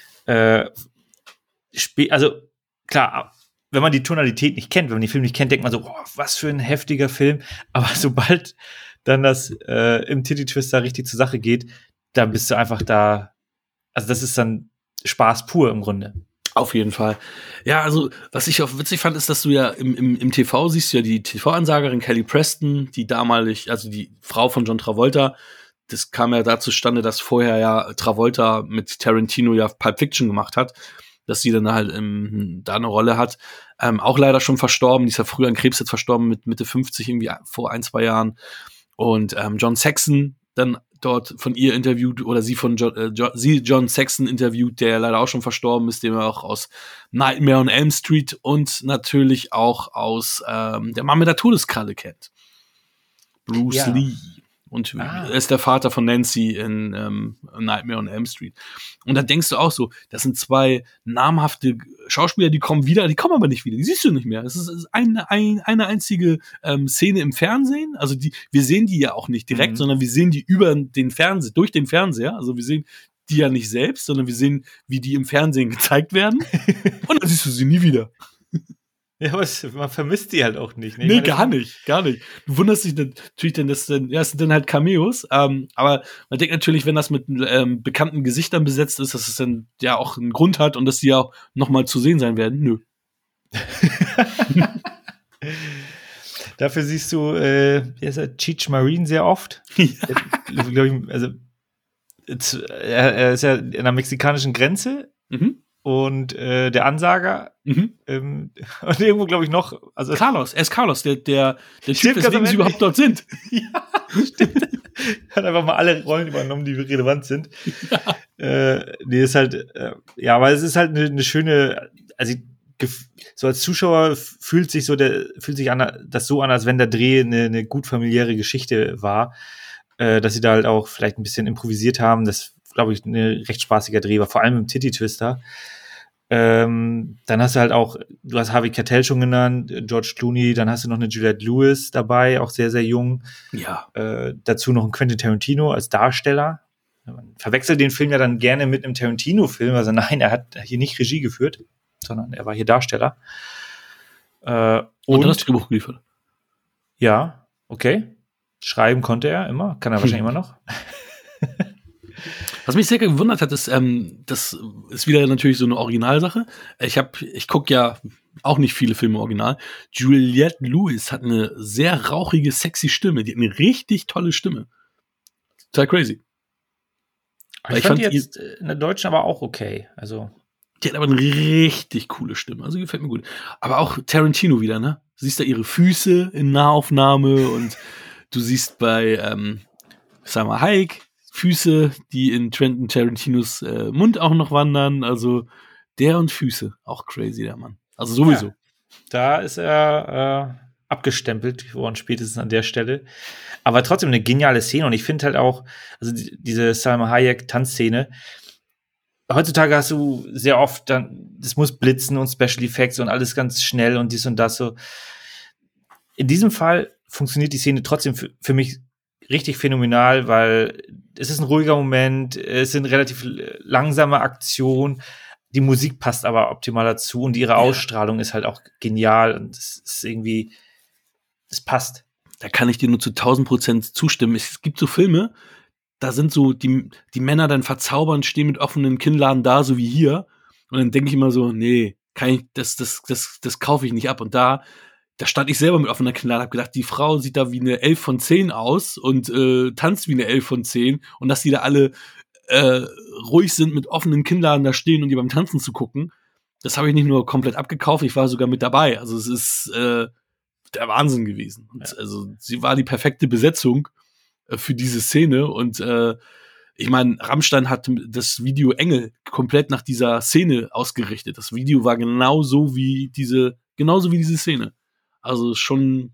Also klar, wenn man die Tonalität nicht kennt, wenn man den Film nicht kennt, denkt man so, was für ein heftiger Film. Aber sobald dann das im Titty-Twister richtig zur Sache geht, dann bist du einfach da. Also das ist dann Spaß pur im Grunde. Auf jeden Fall. Ja, also was ich auch witzig fand, ist, dass du ja im TV siehst, ja die TV-Ansagerin Kelly Preston, die damalig, also die Frau von John Travolta, das kam ja da zustande, dass vorher ja Travolta mit Tarantino ja Pulp Fiction gemacht hat, dass sie dann halt da eine Rolle hat. Auch leider schon verstorben, die ist ja früher an Krebs jetzt verstorben mit Mitte 50, irgendwie vor 1, 2 Jahren. Und John Saxon dann dort von ihr interviewt oder sie von John Saxon interviewt, der leider auch schon verstorben ist, den wir auch aus Nightmare on Elm Street und natürlich auch aus Der Mann mit der Todeskralle kennt. Bruce Lee. Und er ist der Vater von Nancy in Nightmare on Elm Street. Und dann denkst du auch so, das sind 2 namhafte Schauspieler, die kommen aber nicht wieder. Die siehst du nicht mehr. Es ist eine einzige Szene im Fernsehen. Also wir sehen die ja auch nicht direkt, sondern wir sehen die durch den Fernseher. Also wir sehen die ja nicht selbst, sondern wir sehen, wie die im Fernsehen gezeigt werden. Und dann siehst du sie nie wieder. Ja, aber man vermisst die halt auch nicht. Ne? Nee, gar nicht. Du wunderst dich natürlich dann, es sind dann halt Cameos, aber man denkt natürlich, wenn das mit bekannten Gesichtern besetzt ist, dass es dann ja auch einen Grund hat und dass die ja auch nochmal zu sehen sein werden. Nö. Dafür siehst du, Cheech Marine sehr oft. Ja. Glaub ich, also, er ist ja in der mexikanischen Grenze. Und der Ansager und irgendwo, glaube ich, noch. Also Carlos, er ist Carlos, der Typ, weswegen sie überhaupt dort sind. Ja, stimmt. Hat einfach mal alle Rollen übernommen, die relevant sind. Ja. Ist halt, aber es ist halt eine schöne, also so als Zuschauer fühlt sich das so an, als wenn der Dreh eine gut familiäre Geschichte war, dass sie da halt auch vielleicht ein bisschen improvisiert haben. Das glaube ich, ein recht spaßiger Dreh war, vor allem im Titty-Twister. Dann hast du halt auch, du hast Harvey Keitel schon genannt, George Clooney, dann hast du noch eine Juliette Lewis dabei, auch sehr, sehr jung. Ja. Dazu noch ein Quentin Tarantino als Darsteller. Man verwechselt den Film ja dann gerne mit einem Tarantino-Film. Also nein, er hat hier nicht Regie geführt, sondern er war hier Darsteller. Und das Drehbuch geliefert. Ja, okay. Schreiben konnte er immer, kann er wahrscheinlich immer noch. Was mich sehr gewundert hat, ist, das ist wieder natürlich so eine Originalsache. Ich gucke ja auch nicht viele Filme original. Juliette Lewis hat eine sehr rauchige, sexy Stimme. Die hat eine richtig tolle Stimme. Total crazy. Ich fand die jetzt in der Deutschen aber auch okay. Also die hat aber eine richtig coole Stimme. Also gefällt mir gut. Aber auch Tarantino wieder, ne? Du siehst da ihre Füße in Nahaufnahme und du siehst bei Salma Hayek Füße, die in Quentin Tarantinos Mund auch noch wandern. Also der und Füße. Auch crazy, der Mann. Also sowieso. Ja, da ist er abgestempelt worden, spätestens an der Stelle. Aber trotzdem eine geniale Szene. Und ich finde halt auch, also diese Salma Hayek-Tanzszene, heutzutage hast du sehr oft dann, das muss blitzen und Special Effects und alles ganz schnell und dies und das so. In diesem Fall funktioniert die Szene trotzdem für mich richtig phänomenal, weil es ist ein ruhiger Moment, es sind relativ langsame Aktionen, die Musik passt aber optimal dazu und ihre Ausstrahlung ist halt auch genial und es ist irgendwie, es passt. Da kann ich dir nur zu 1000% zustimmen. Es gibt so Filme, da sind so die Männer dann verzaubern, stehen mit offenen Kinnladen da, so wie hier. Und dann denke ich immer so, nee, das kaufe ich nicht ab. Und da stand ich selber mit offener Kinnlade, hab gedacht, die Frau sieht da wie eine 11 von 10 aus und tanzt wie eine 11 von 10. Und dass die da alle ruhig sind, mit offenen Kinnladen da stehen und die beim Tanzen zu gucken, das habe ich nicht nur komplett abgekauft, ich war sogar mit dabei. Also es ist der Wahnsinn gewesen. Und, also sie war die perfekte Besetzung für diese Szene und ich meine, Rammstein hat das Video Engel komplett nach dieser Szene ausgerichtet. Das Video war genauso wie diese Szene. Also schon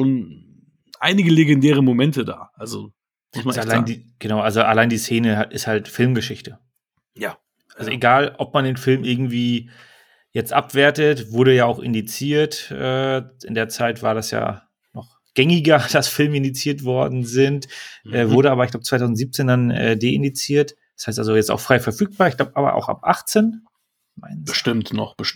einige legendäre Momente da. Also muss man echt sagen. Allein die Szene ist halt Filmgeschichte. Ja. Also egal, ob man den Film irgendwie jetzt abwertet, wurde ja auch indiziert. In der Zeit war das ja noch gängiger, dass Filme indiziert worden sind. Wurde aber, ich glaube, 2017 dann deindiziert. Das heißt also jetzt auch frei verfügbar. Ich glaube, aber auch ab 18. Bestimmt.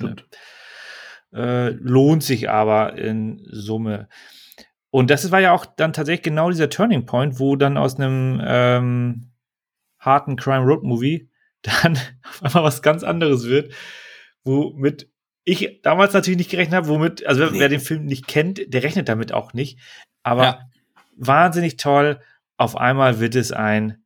Lohnt sich aber in Summe. Und das war ja auch dann tatsächlich genau dieser Turning Point, wo dann aus einem harten Crime-Road-Movie dann auf einmal was ganz anderes wird, womit ich damals natürlich nicht gerechnet habe, wer den Film nicht kennt, der rechnet damit auch nicht. Aber wahnsinnig toll. Auf einmal wird es ein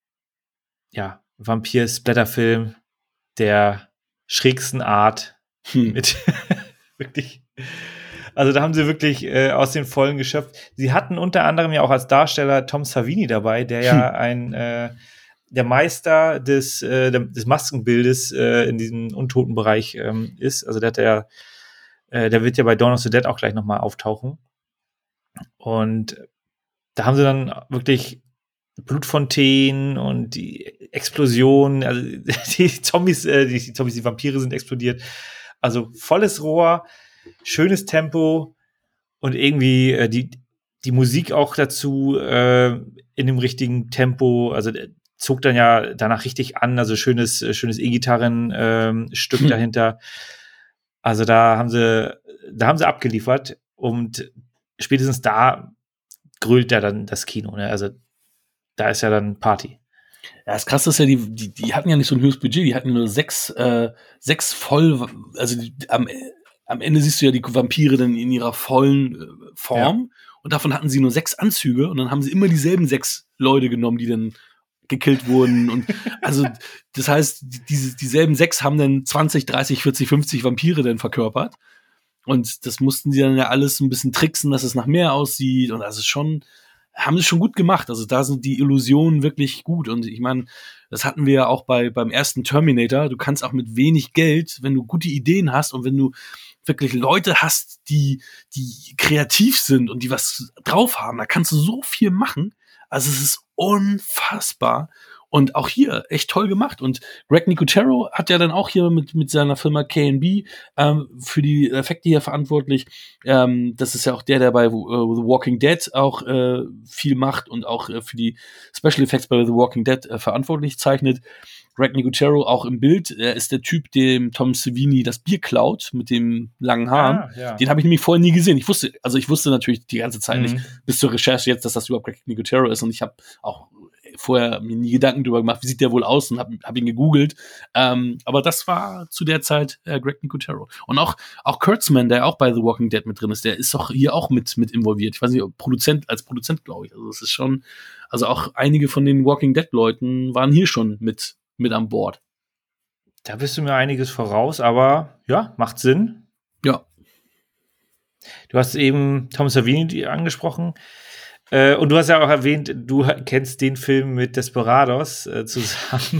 Vampir-Splatter-Film der schrägsten Art mit wirklich. Also da haben sie wirklich aus den Vollen geschöpft. Sie hatten unter anderem ja auch als Darsteller Tom Savini dabei, der ja der Meister des Maskenbildes in diesem Untotenbereich ist. Also der wird ja bei Dawn of the Dead auch gleich nochmal auftauchen. Und da haben sie dann wirklich Blutfontänen und die Explosionen, also die Zombies, die Vampire sind explodiert. Also volles Rohr, schönes Tempo und irgendwie die Musik auch dazu in dem richtigen Tempo. Also zog dann ja danach richtig an, also schönes E-Gitarren-Stück dahinter. Also da haben sie abgeliefert und spätestens da grölt ja dann das Kino, ne? Also da ist ja dann Party. Ja, das Krasse ist ja, die hatten ja nicht so ein höchstes Budget, die hatten nur sechs voll, also am Ende siehst du ja die Vampire dann in ihrer vollen Form und davon hatten sie nur 6 Anzüge und dann haben sie immer dieselben 6 Leute genommen, die dann gekillt wurden und also das heißt, dieselben 6 haben dann 20, 30, 40, 50 Vampire dann verkörpert und das mussten sie dann ja alles ein bisschen tricksen, dass es nach mehr aussieht und das ist schon, haben sie schon gut gemacht, also da sind die Illusionen wirklich gut und ich meine, das hatten wir ja auch beim ersten Terminator, du kannst auch mit wenig Geld, wenn du gute Ideen hast und wenn du wirklich Leute hast, die kreativ sind und die was drauf haben, da kannst du so viel machen. Also es ist unfassbar. Und auch hier echt toll gemacht. Und Greg Nicotero hat ja dann auch hier mit seiner Firma K&B für die Effekte hier verantwortlich. Das ist ja auch der bei The Walking Dead auch viel macht und auch für die Special Effects bei The Walking Dead verantwortlich zeichnet. Greg Nicotero auch im Bild. Er ist der Typ, dem Tom Savini das Bier klaut mit dem langen Haaren. Ja. Den habe ich nämlich vorher nie gesehen. Ich wusste natürlich die ganze Zeit nicht, bis zur Recherche jetzt, dass das überhaupt Greg Nicotero ist. Und ich habe auch vorher mir nie Gedanken drüber gemacht, wie sieht der wohl aus, und hab ihn gegoogelt. Aber das war zu der Zeit Greg Nicotero. Und auch Kurtzman, der auch bei The Walking Dead mit drin ist, der ist doch hier auch mit involviert. Ich weiß nicht, als Produzent, glaube ich. Also es ist schon, also auch einige von den Walking Dead Leuten waren hier schon mit an Bord. Da bist du mir einiges voraus, aber ja, macht Sinn. Ja. Du hast eben Tom Savini angesprochen. Und du hast ja auch erwähnt, du kennst den Film mit Desperados zusammen.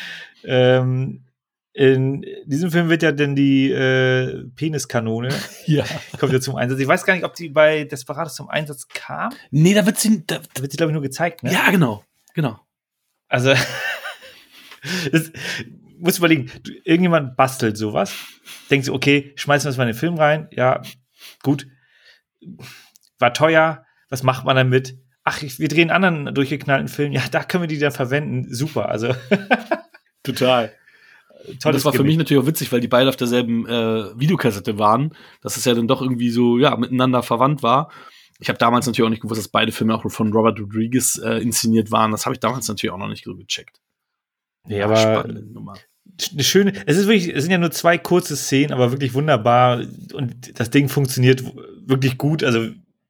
In diesem Film wird ja dann die Peniskanone kommt ja zum Einsatz. Ich weiß gar nicht, ob die bei Desperados zum Einsatz kam. Nee, da wird sie, glaube ich, nur gezeigt, ne? Ja, genau. Also, das musst du überlegen, irgendjemand bastelt sowas, denkt so, okay, schmeißen wir es mal in den Film rein, ja, gut, war teuer, was macht man damit? Ach, wir drehen einen anderen durchgeknallten Film, ja, da können wir die dann verwenden, super, also. Total. Das war für mich natürlich auch witzig, weil die beide auf derselben Videokassette waren, dass es ja dann doch irgendwie so, ja, miteinander verwandt war. Ich habe damals natürlich auch nicht gewusst, dass beide Filme auch von Robert Rodriguez inszeniert waren. Das habe ich damals natürlich auch noch nicht so gecheckt. Ja, aber spannende Nummer. Eine schöne, es sind ja nur 2 kurze Szenen, aber wirklich wunderbar, und das Ding funktioniert wirklich gut. Also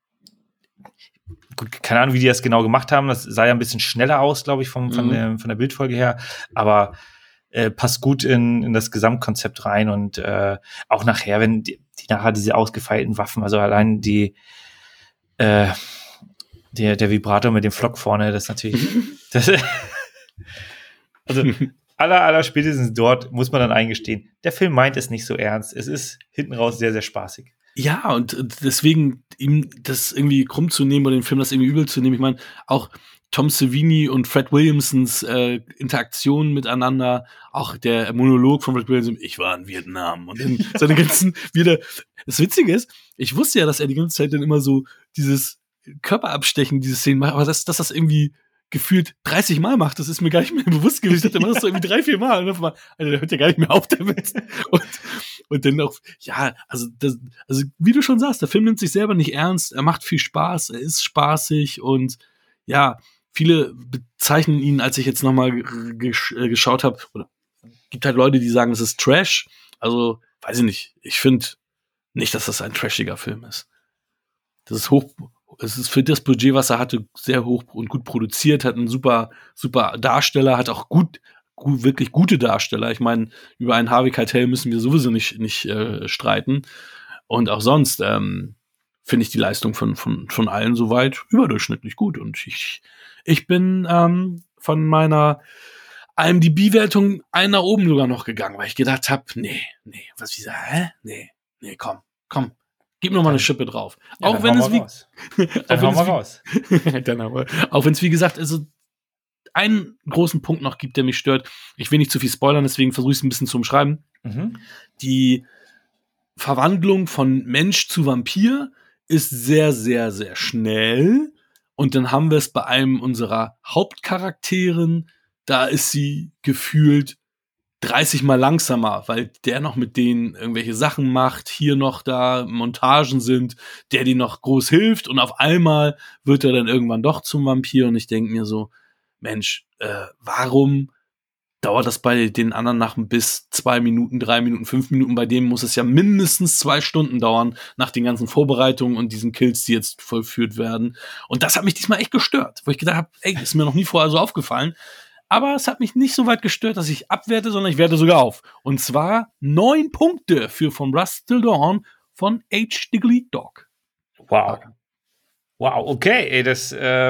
gut, keine Ahnung, wie die das genau gemacht haben. Das sah ja ein bisschen schneller aus, glaube ich, von der Bildfolge her, aber passt gut in das Gesamtkonzept rein, und auch nachher, wenn die nachher diese ausgefeilten Waffen, also allein der Vibrator mit dem Flock vorne, das ist natürlich also aller spätestens dort muss man dann eingestehen, der Film meint es nicht so ernst. Es ist hinten raus sehr, sehr spaßig. Ja, und deswegen ihm das irgendwie krumm zu nehmen oder den Film das irgendwie übel zu nehmen. Ich meine, auch Tom Savini und Fred Williamsons Interaktion miteinander, auch der Monolog von Fred Williamson, ich war in Vietnam, und dann seine ganzen wieder. Das Witzige ist, ich wusste ja, dass er die ganze Zeit dann immer so dieses Körperabstechen, diese Szenen macht, aber dass das irgendwie gefühlt 30 Mal macht, das ist mir gar nicht mehr bewusst gewesen. Ich dachte, der macht das so irgendwie 3-4 Mal. Und dann mal, Alter, der hört ja gar nicht mehr auf damit. Und dann auch, ja, also wie du schon sagst, der Film nimmt sich selber nicht ernst, er macht viel Spaß, er ist spaßig, und ja, viele bezeichnen ihn, als ich jetzt nochmal geschaut habe, oder gibt halt Leute, die sagen, es ist Trash. Also, weiß ich nicht. Ich finde nicht, dass das ein trashiger Film ist. Das ist es ist für das Budget, was er hatte, sehr hoch und gut produziert, hat einen super Darsteller, hat auch wirklich gute Darsteller. Ich meine, über einen Harvey Keitel müssen wir sowieso nicht streiten. Und auch sonst finde ich die Leistung von allen soweit überdurchschnittlich gut. Und ich bin von meiner IMDb-Wertung einen nach oben sogar noch gegangen, weil ich gedacht habe, nee, komm. Gib noch mal eine Schippe drauf. Ja, auch wenn es auch wenn es wie gesagt, also einen großen Punkt noch gibt, der mich stört. Ich will nicht zu viel spoilern, deswegen versuche ich es ein bisschen zu umschreiben. Die Verwandlung von Mensch zu Vampir ist sehr, sehr, sehr schnell. Und dann haben wir es bei einem unserer Hauptcharakteren, da ist sie gefühlt 30 Mal langsamer, weil der noch mit denen irgendwelche Sachen macht, hier noch da Montagen sind, der die noch groß hilft, und auf einmal wird er dann irgendwann doch zum Vampir, und ich denke mir so, Mensch, warum dauert das bei den anderen nach bis 2 Minuten, 3 Minuten, 5 Minuten? Bei dem muss es ja mindestens 2 Stunden dauern, nach den ganzen Vorbereitungen und diesen Kills, die jetzt vollführt werden. Und das hat mich diesmal echt gestört, wo ich gedacht habe, ey, ist mir noch nie vorher so aufgefallen. Aber es hat mich nicht so weit gestört, dass ich abwerte, sondern ich werte sogar auf. Und zwar 9 Punkte für From Dusk Till Dawn von H. the Gleek Dog. Wow, okay, ey, das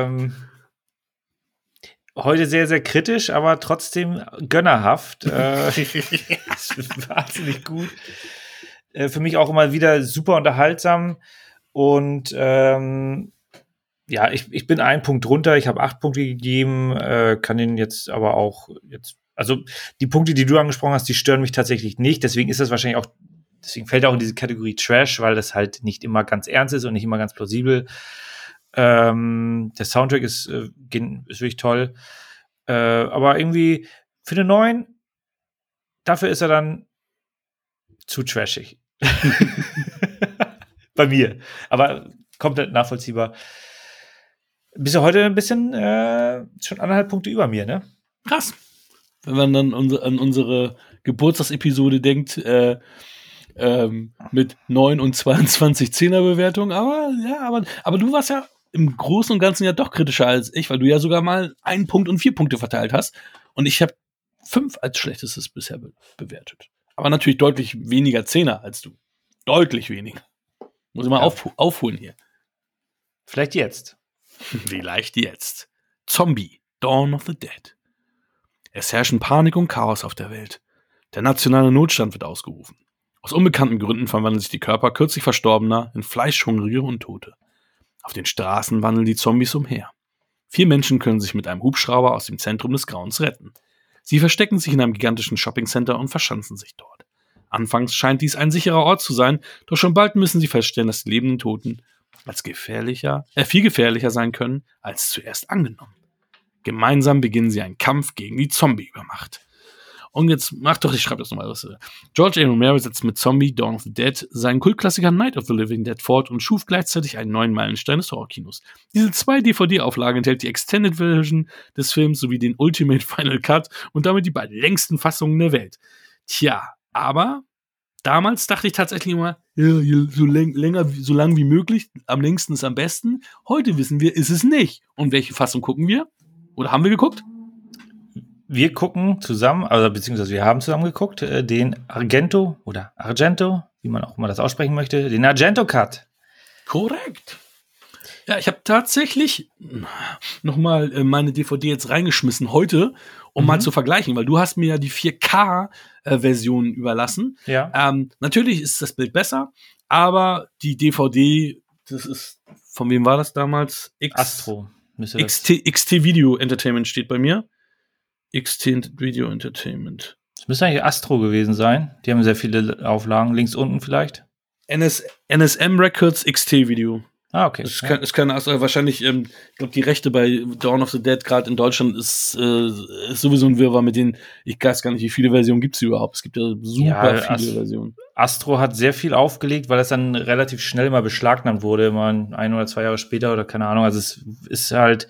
heute sehr, sehr kritisch, aber trotzdem gönnerhaft. Das ist wahnsinnig gut. Für mich auch immer wieder super unterhaltsam. Und ja, ich bin einen Punkt runter, ich habe 8 Punkte gegeben, kann den jetzt aber auch also die Punkte, die du angesprochen hast, die stören mich tatsächlich nicht, deswegen fällt er auch in diese Kategorie Trash, weil das halt nicht immer ganz ernst ist und nicht immer ganz plausibel. Der Soundtrack ist wirklich toll, aber irgendwie für eine 9, dafür ist er dann zu trashig. Bei mir, aber komplett nachvollziehbar. Bist du heute ein bisschen schon 1,5 Punkte über mir, ne? Krass. Wenn man dann an unsere Geburtstagsepisode denkt, mit 9 und 22 Zehnerbewertungen, aber du warst ja im Großen und Ganzen ja doch kritischer als ich, weil du ja sogar mal 1 Punkt und 4 Punkte verteilt hast und ich habe 5 als schlechtestes bisher bewertet. Aber natürlich deutlich weniger Zehner als du. Deutlich weniger. Muss ich mal aufholen hier. Vielleicht jetzt. Vielleicht jetzt. Zombie, Dawn of the Dead. Es herrschen Panik und Chaos auf der Welt. Der nationale Notstand wird ausgerufen. Aus unbekannten Gründen verwandeln sich die Körper kürzlich Verstorbener in Fleischhungrige und Tote. Auf den Straßen wandeln die Zombies umher. 4 Menschen können sich mit einem Hubschrauber aus dem Zentrum des Grauens retten. Sie verstecken sich in einem gigantischen Shoppingcenter und verschanzen sich dort. Anfangs scheint dies ein sicherer Ort zu sein, doch schon bald müssen sie feststellen, dass die lebenden Toten als viel gefährlicher sein können, als zuerst angenommen. Gemeinsam beginnen sie einen Kampf gegen die Zombie-Übermacht. Und jetzt ich schreibe das nochmal. George A. Romero setzt mit Zombie, Dawn of the Dead seinen Kultklassiker Night of the Living Dead fort und schuf gleichzeitig einen neuen Meilenstein des Horrorkinos. Diese 2 DVD-Auflagen enthält die Extended Version des Films sowie den Ultimate Final Cut und damit die beiden längsten Fassungen der Welt. Tja, aber damals dachte ich tatsächlich immer, so lang wie möglich, am längsten ist am besten. Heute wissen wir, ist es nicht. Und welche Fassung gucken wir? Oder haben wir geguckt? Wir gucken zusammen, also beziehungsweise wir haben zusammen geguckt, den Argento, wie man auch immer das aussprechen möchte, den Argento-Cut. Korrekt. Ja, ich habe tatsächlich nochmal meine DVD jetzt reingeschmissen heute, um mal zu vergleichen, weil du hast mir ja die 4K-Version überlassen. Ja. Natürlich ist das Bild besser, aber die DVD, das ist, von wem war das damals? Astro. XT Video Entertainment steht bei mir. XT Video Entertainment. Das müsste eigentlich Astro gewesen sein. Die haben sehr viele Auflagen. Links unten vielleicht. NSM Records XT Video. Ah, okay. Das ist keine Astro. Wahrscheinlich, ich glaube, die Rechte bei Dawn of the Dead gerade in Deutschland ist sowieso ein Wirrwarr mit denen, ich weiß gar nicht, wie viele Versionen gibt es überhaupt. Es gibt ja super viele Versionen. Astro hat sehr viel aufgelegt, weil es dann relativ schnell mal beschlagnahmt wurde, mal 1 oder 2 Jahre später oder keine Ahnung. Also es ist halt,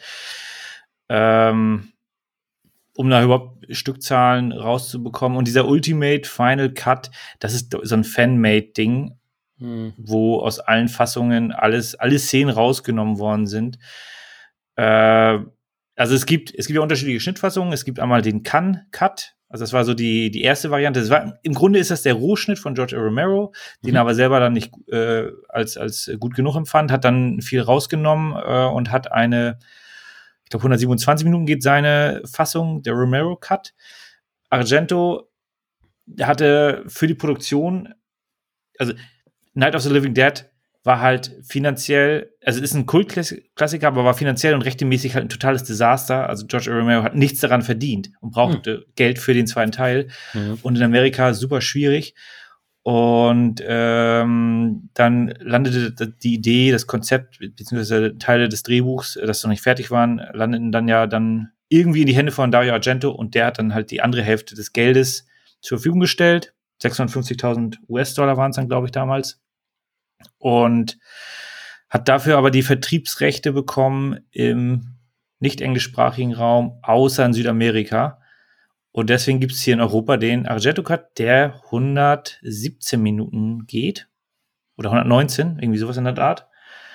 um da überhaupt Stückzahlen rauszubekommen. Und dieser Ultimate Final Cut, das ist so ein Fan-Made-Ding, wo aus allen Fassungen alle Szenen rausgenommen worden sind. Also es gibt ja unterschiedliche Schnittfassungen. Es gibt einmal den Cannes-Cut. Also das war so die erste Variante. Im Grunde ist das der Rohschnitt von George A. Romero, den er aber selber dann nicht als gut genug empfand, hat dann viel rausgenommen und hat ich glaube 127 Minuten geht seine Fassung, der Romero-Cut. Argento hatte für die Produktion, also Night of the Living Dead war halt finanziell, also ist ein Kultklassiker, aber war finanziell und rechtemäßig halt ein totales Desaster. Also George A. Romero hat nichts daran verdient und brauchte Geld für den zweiten Teil. Und in Amerika super schwierig. Und dann landete die Idee, das Konzept, beziehungsweise Teile des Drehbuchs, das noch nicht fertig waren, landeten dann irgendwie in die Hände von Dario Argento und der hat dann halt die andere Hälfte des Geldes zur Verfügung gestellt. 650.000 US-Dollar waren es dann, glaube ich, damals. Und hat dafür aber die Vertriebsrechte bekommen im nicht englischsprachigen Raum, außer in Südamerika. Und deswegen gibt es hier in Europa den Argento-Cut, der 117 Minuten geht. Oder 119, irgendwie sowas in der Art.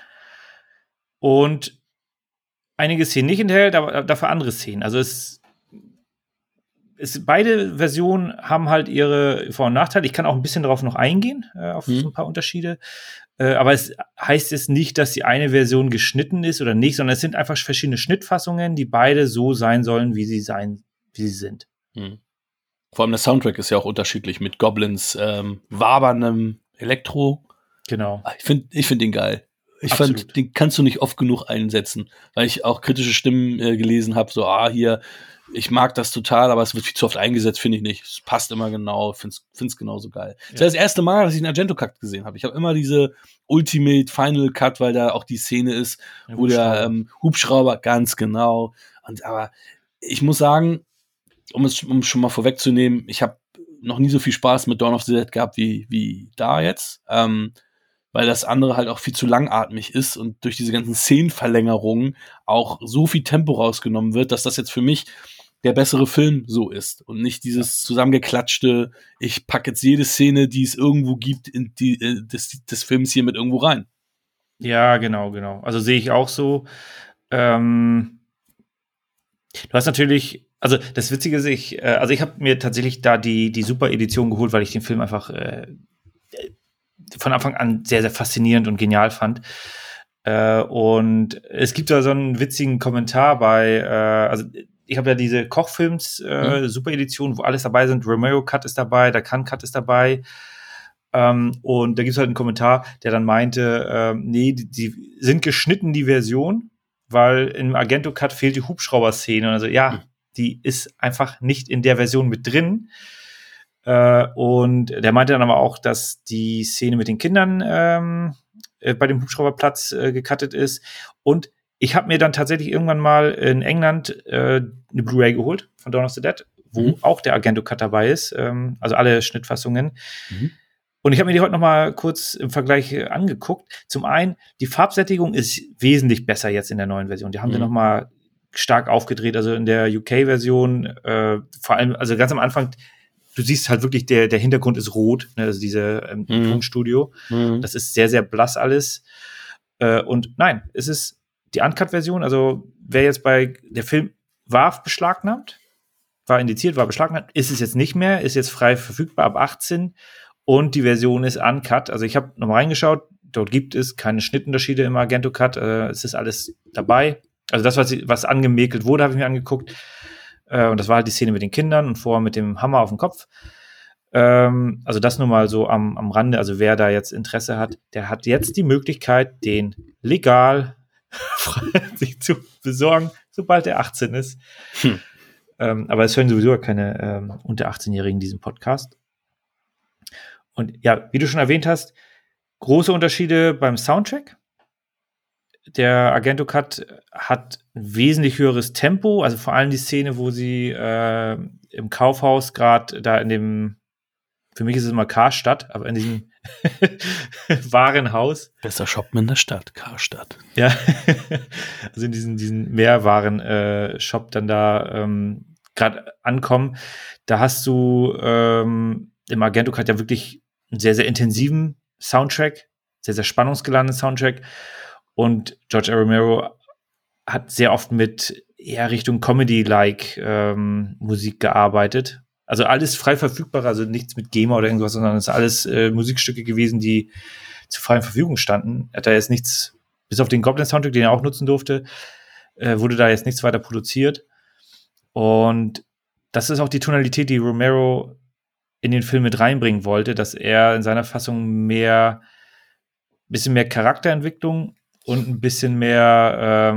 Und einige Szenen nicht enthält, aber dafür andere Szenen. Also beide Versionen haben halt ihre Vor- und Nachteile. Ich kann auch ein bisschen darauf noch eingehen, auf so ein paar Unterschiede. Aber es heißt jetzt nicht, dass die eine Version geschnitten ist oder nicht, sondern es sind einfach verschiedene Schnittfassungen, die beide so sein sollen, wie sie sind. Vor allem der Soundtrack ist ja auch unterschiedlich mit Goblins, waberndem Elektro. Genau. Ich find den geil. Ich Absolut. fand, den kannst du nicht oft genug einsetzen, weil ich auch kritische Stimmen gelesen habe, so, hier, ich mag das total, aber es wird viel zu oft eingesetzt, finde ich nicht. Es passt immer genau, find's genauso geil. Ja. Das ist das erste Mal, dass ich einen Argento-Cut gesehen habe. Ich habe immer diese Ultimate Final Cut, weil da auch die Szene ist, wo der Hubschrauber, ganz genau. Aber ich muss sagen, um schon mal vorwegzunehmen, ich habe noch nie so viel Spaß mit Dawn of the Dead gehabt wie da jetzt. Weil das andere halt auch viel zu langatmig ist und durch diese ganzen Szenenverlängerungen auch so viel Tempo rausgenommen wird, dass das jetzt für mich der bessere Film so ist und nicht dieses zusammengeklatschte, ich packe jetzt jede Szene, die es irgendwo gibt, in die des Films hier mit irgendwo rein. Ja, genau. Also sehe ich auch so. Du hast natürlich, also das Witzige ist, ich habe mir tatsächlich da die Super-Edition geholt, weil ich den Film einfach von Anfang an sehr, sehr faszinierend und genial fand. Und es gibt da so einen witzigen Kommentar bei, also ich habe ja diese Kochfilms Super-Edition, wo alles dabei sind. Romero-Cut ist dabei, der Cannes-Cut ist dabei. Und da gibt es halt einen Kommentar, der dann meinte, nee, die sind geschnitten, die Version, weil im Argento-Cut fehlt die Hubschrauber-Szene. Und also ja, die ist einfach nicht in der Version mit drin. Und der meinte dann aber auch, dass die Szene mit den Kindern bei dem Hubschrauberplatz gecuttet ist. Und ich habe mir dann tatsächlich irgendwann mal in England eine Blu-ray geholt von Dawn of the Dead, wo auch der Argento-Cut dabei ist, also alle Schnittfassungen. Und ich habe mir die heute noch mal kurz im Vergleich angeguckt. Zum einen, die Farbsättigung ist wesentlich besser jetzt in der neuen Version. Die haben sie noch mal stark aufgedreht. Also in der UK-Version, vor allem, also ganz am Anfang, du siehst halt wirklich, der Hintergrund ist rot, ne, also diese Tonstudio. Das ist sehr, sehr blass alles. Und nein, es ist die Uncut-Version. Also wer jetzt der Film war beschlagnahmt, war indiziert, war beschlagnahmt, ist es jetzt nicht mehr, ist jetzt frei verfügbar ab 18 und die Version ist uncut. Also ich habe nochmal reingeschaut, dort gibt es keine Schnittunterschiede im Argento-Cut, es ist alles dabei. Also das, was angemäkelt wurde, habe ich mir angeguckt. Und das war halt die Szene mit den Kindern und vorher mit dem Hammer auf dem Kopf. Also das nur mal so am Rande. Also wer da jetzt Interesse hat, der hat jetzt die Möglichkeit, den legal sich zu besorgen, sobald er 18 ist. Aber es hören sowieso keine unter 18-Jährigen diesen Podcast. Und ja, wie du schon erwähnt hast, große Unterschiede beim Soundtrack. Der Argento-Cut hat ein wesentlich höheres Tempo, also vor allem die Szene, wo sie im Kaufhaus gerade da in dem, für mich ist es immer Karstadt, aber in diesem Warenhaus. Besser shoppen in der Stadt, Karstadt. Ja, also in diesen Mehrwaren-Shop dann da gerade ankommen. Da hast du im Argento-Cut ja wirklich einen sehr, sehr intensiven Soundtrack, sehr, sehr spannungsgeladenen Soundtrack. Und George A. Romero hat sehr oft mit eher Richtung Comedy-like Musik gearbeitet. Also alles frei verfügbar, also nichts mit GEMA oder irgendwas, sondern es sind alles Musikstücke gewesen, die zur freien Verfügung standen. Er hat da jetzt nichts, bis auf den Goblin-Soundtrack, den er auch nutzen durfte, wurde da jetzt nichts weiter produziert. Und das ist auch die Tonalität, die Romero in den Film mit reinbringen wollte, dass er in seiner Fassung bisschen mehr Charakterentwicklung und ein bisschen mehr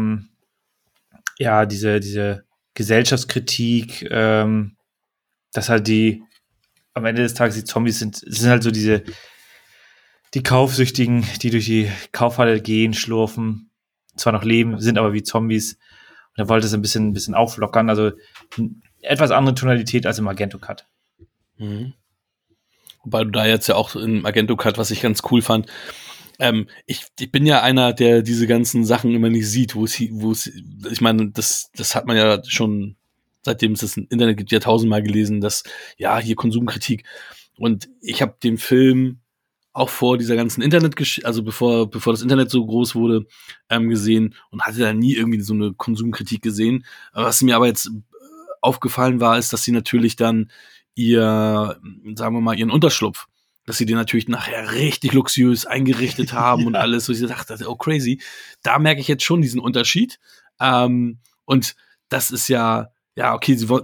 diese Gesellschaftskritik, dass halt am Ende des Tages die Zombies sind halt so die Kaufsüchtigen, die durch die Kaufhalle gehen, schlurfen, zwar noch leben, sind aber wie Zombies. Und er wollte es ein bisschen auflockern, also eine etwas andere Tonalität als im Argento-Cut. Wobei du da jetzt ja auch im Argento-Cut, was ich ganz cool fand, ich bin ja einer, der diese ganzen Sachen immer nicht sieht, wo es, ich meine, das hat man ja schon, seitdem es das Internet gibt, ja tausendmal gelesen, dass, ja, hier Konsumkritik. Und ich habe den Film auch vor dieser ganzen also bevor das Internet so groß wurde, gesehen und hatte da nie irgendwie so eine Konsumkritik gesehen. Was mir aber jetzt aufgefallen war, ist, dass sie natürlich dann ihren Unterschlupf, dass sie den natürlich nachher richtig luxuriös eingerichtet haben und alles, wo ich dachte, oh crazy. Da merke ich jetzt schon diesen Unterschied. Und das ist ja, okay, sie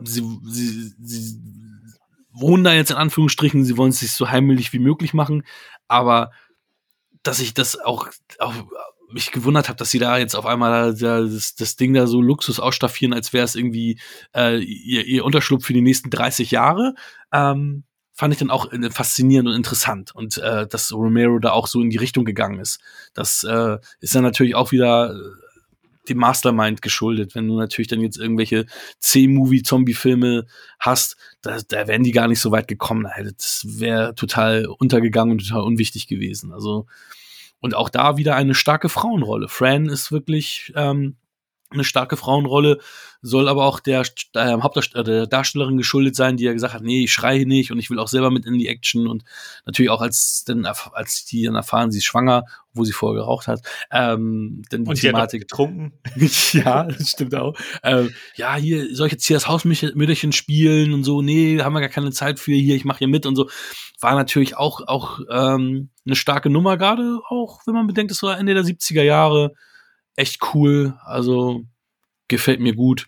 wohnen da jetzt in Anführungsstrichen, sie wollen es sich so heimelig wie möglich machen, aber dass ich das auch mich gewundert habe, dass sie da jetzt auf einmal das Ding da so Luxus ausstaffieren, als wäre es irgendwie ihr Unterschlupf für die nächsten 30 Jahre. Fand ich dann auch faszinierend und interessant. Und dass Romero da auch so in die Richtung gegangen ist. Das ist dann natürlich auch wieder dem Mastermind geschuldet. Wenn du natürlich dann jetzt irgendwelche C-Movie-Zombie-Filme hast, da wären die gar nicht so weit gekommen. Das wäre total untergegangen und total unwichtig gewesen. Also, und auch da wieder eine starke Frauenrolle. Fran ist wirklich eine starke Frauenrolle, soll aber auch der Darstellerin geschuldet sein, die ja gesagt hat, nee, ich schreie nicht und ich will auch selber mit in die Action, und natürlich auch als die dann erfahren, sie ist schwanger, wo sie vorher geraucht hat, dann die und Thematik getrunken. Ja, das stimmt auch. Ja, hier, soll ich jetzt hier das Hausmütterchen spielen und so? Nee, haben wir gar keine Zeit für, hier, ich mache hier mit und so. War natürlich auch eine starke Nummer, gerade auch, wenn man bedenkt, es war Ende der 70er Jahre. Echt cool, also gefällt mir gut.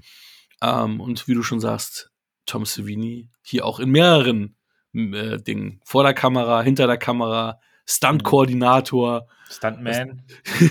Und wie du schon sagst, Tom Savini hier auch in mehreren Dingen. Vor der Kamera, hinter der Kamera, Stunt-Koordinator. Stuntman,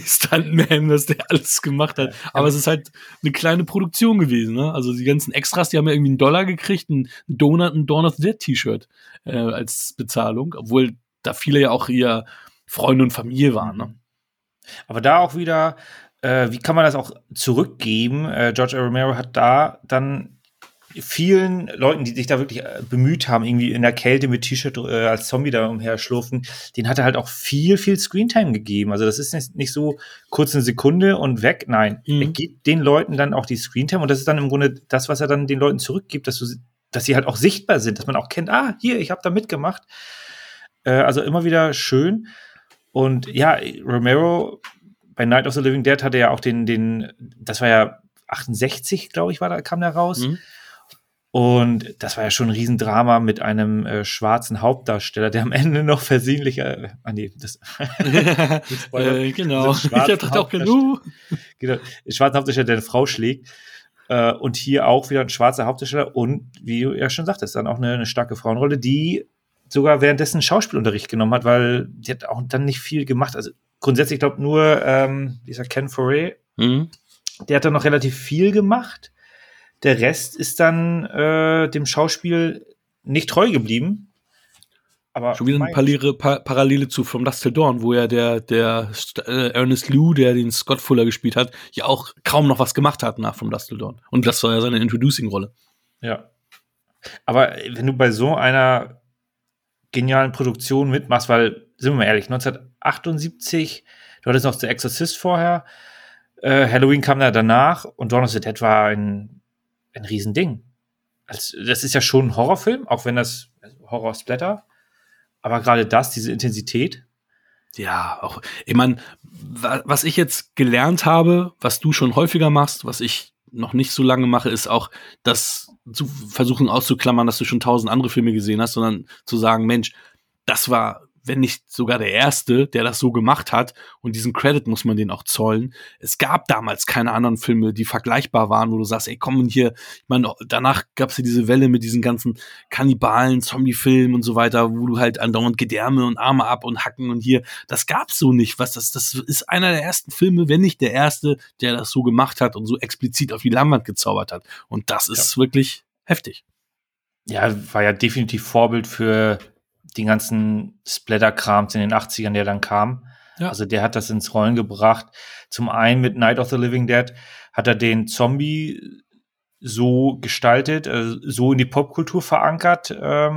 dass der alles gemacht hat. Aber es ist halt eine kleine Produktion gewesen, ne? Also die ganzen Extras, die haben ja irgendwie $1 gekriegt, ein Dawn of the Dead T-Shirt als Bezahlung, obwohl da viele ja auch ihr Freunde und Familie waren, ne? Aber da auch wieder, wie kann man das auch zurückgeben? George A. Romero hat da dann vielen Leuten, die sich da wirklich bemüht haben, irgendwie in der Kälte mit T-Shirt als Zombie da umherschlurfen, denen hat er halt auch viel Screentime gegeben. Also das ist nicht so kurz eine Sekunde und weg. Nein, er gibt den Leuten dann auch die Screentime, und das ist dann im Grunde das, was er dann den Leuten zurückgibt, dass sie halt auch sichtbar sind, dass man auch kennt, hier, ich habe da mitgemacht. Also immer wieder schön. Und ja, Romero bei Night of the Living Dead hatte ja auch das war ja 68, glaube ich, kam der raus. Und das war ja schon ein Riesendrama mit einem schwarzen Hauptdarsteller, der am Ende noch versehentlich genau. Ich dachte auch genug. Genau, schwarzer Hauptdarsteller, der eine Frau schlägt. Und hier auch wieder ein schwarzer Hauptdarsteller und, wie du ja schon sagtest, dann auch eine starke Frauenrolle, die sogar währenddessen Schauspielunterricht genommen hat, weil die hat auch dann nicht viel gemacht. Also grundsätzlich, ich glaube nur dieser Ken Foree, der hat dann noch relativ viel gemacht. Der Rest ist dann dem Schauspiel nicht treu geblieben. Aber schon wieder eine Parallele zu From Dusk Till Dawn, wo ja der Ernest Liu, der den Scott Fuller gespielt hat, ja auch kaum noch was gemacht hat nach From Dusk Till Dawn. Und das war ja seine Introducing-Rolle. Ja. Aber wenn du bei so einer genialen Produktion mitmachst, weil, sind wir mal ehrlich, 1978, du hattest noch The Exorcist vorher, Halloween kam da danach und Dawn of the Dead war ein Riesending. Das ist ja schon ein Horrorfilm, auch wenn das Horror-Splatter, aber gerade diese Intensität. Ja, auch, ich meine, was ich jetzt gelernt habe, was du schon häufiger machst, was ich noch nicht so lange mache, ist auch, das zu versuchen auszuklammern, dass du schon 1000 andere Filme gesehen hast, sondern zu sagen, Mensch, das war, wenn nicht sogar der Erste, der das so gemacht hat, und diesen Credit muss man denen auch zollen. Es gab damals keine anderen Filme, die vergleichbar waren, wo du sagst, ey, komm hier, ich meine, danach gab es ja diese Welle mit diesen ganzen Kannibalen, Zombie-Filmen und so weiter, wo du halt andauernd Gedärme und Arme ab und Hacken und hier, das gab's so nicht. Das ist einer der ersten Filme, wenn nicht der erste, der das so gemacht hat und so explizit auf die Leinwand gezaubert hat. Und das ist wirklich heftig. Ja, war ja definitiv Vorbild für den ganzen Splatter-Krams in den 80ern, der dann kam. Ja. Also der hat das ins Rollen gebracht. Zum einen mit Night of the Living Dead hat er den Zombie so gestaltet, so in die Popkultur verankert.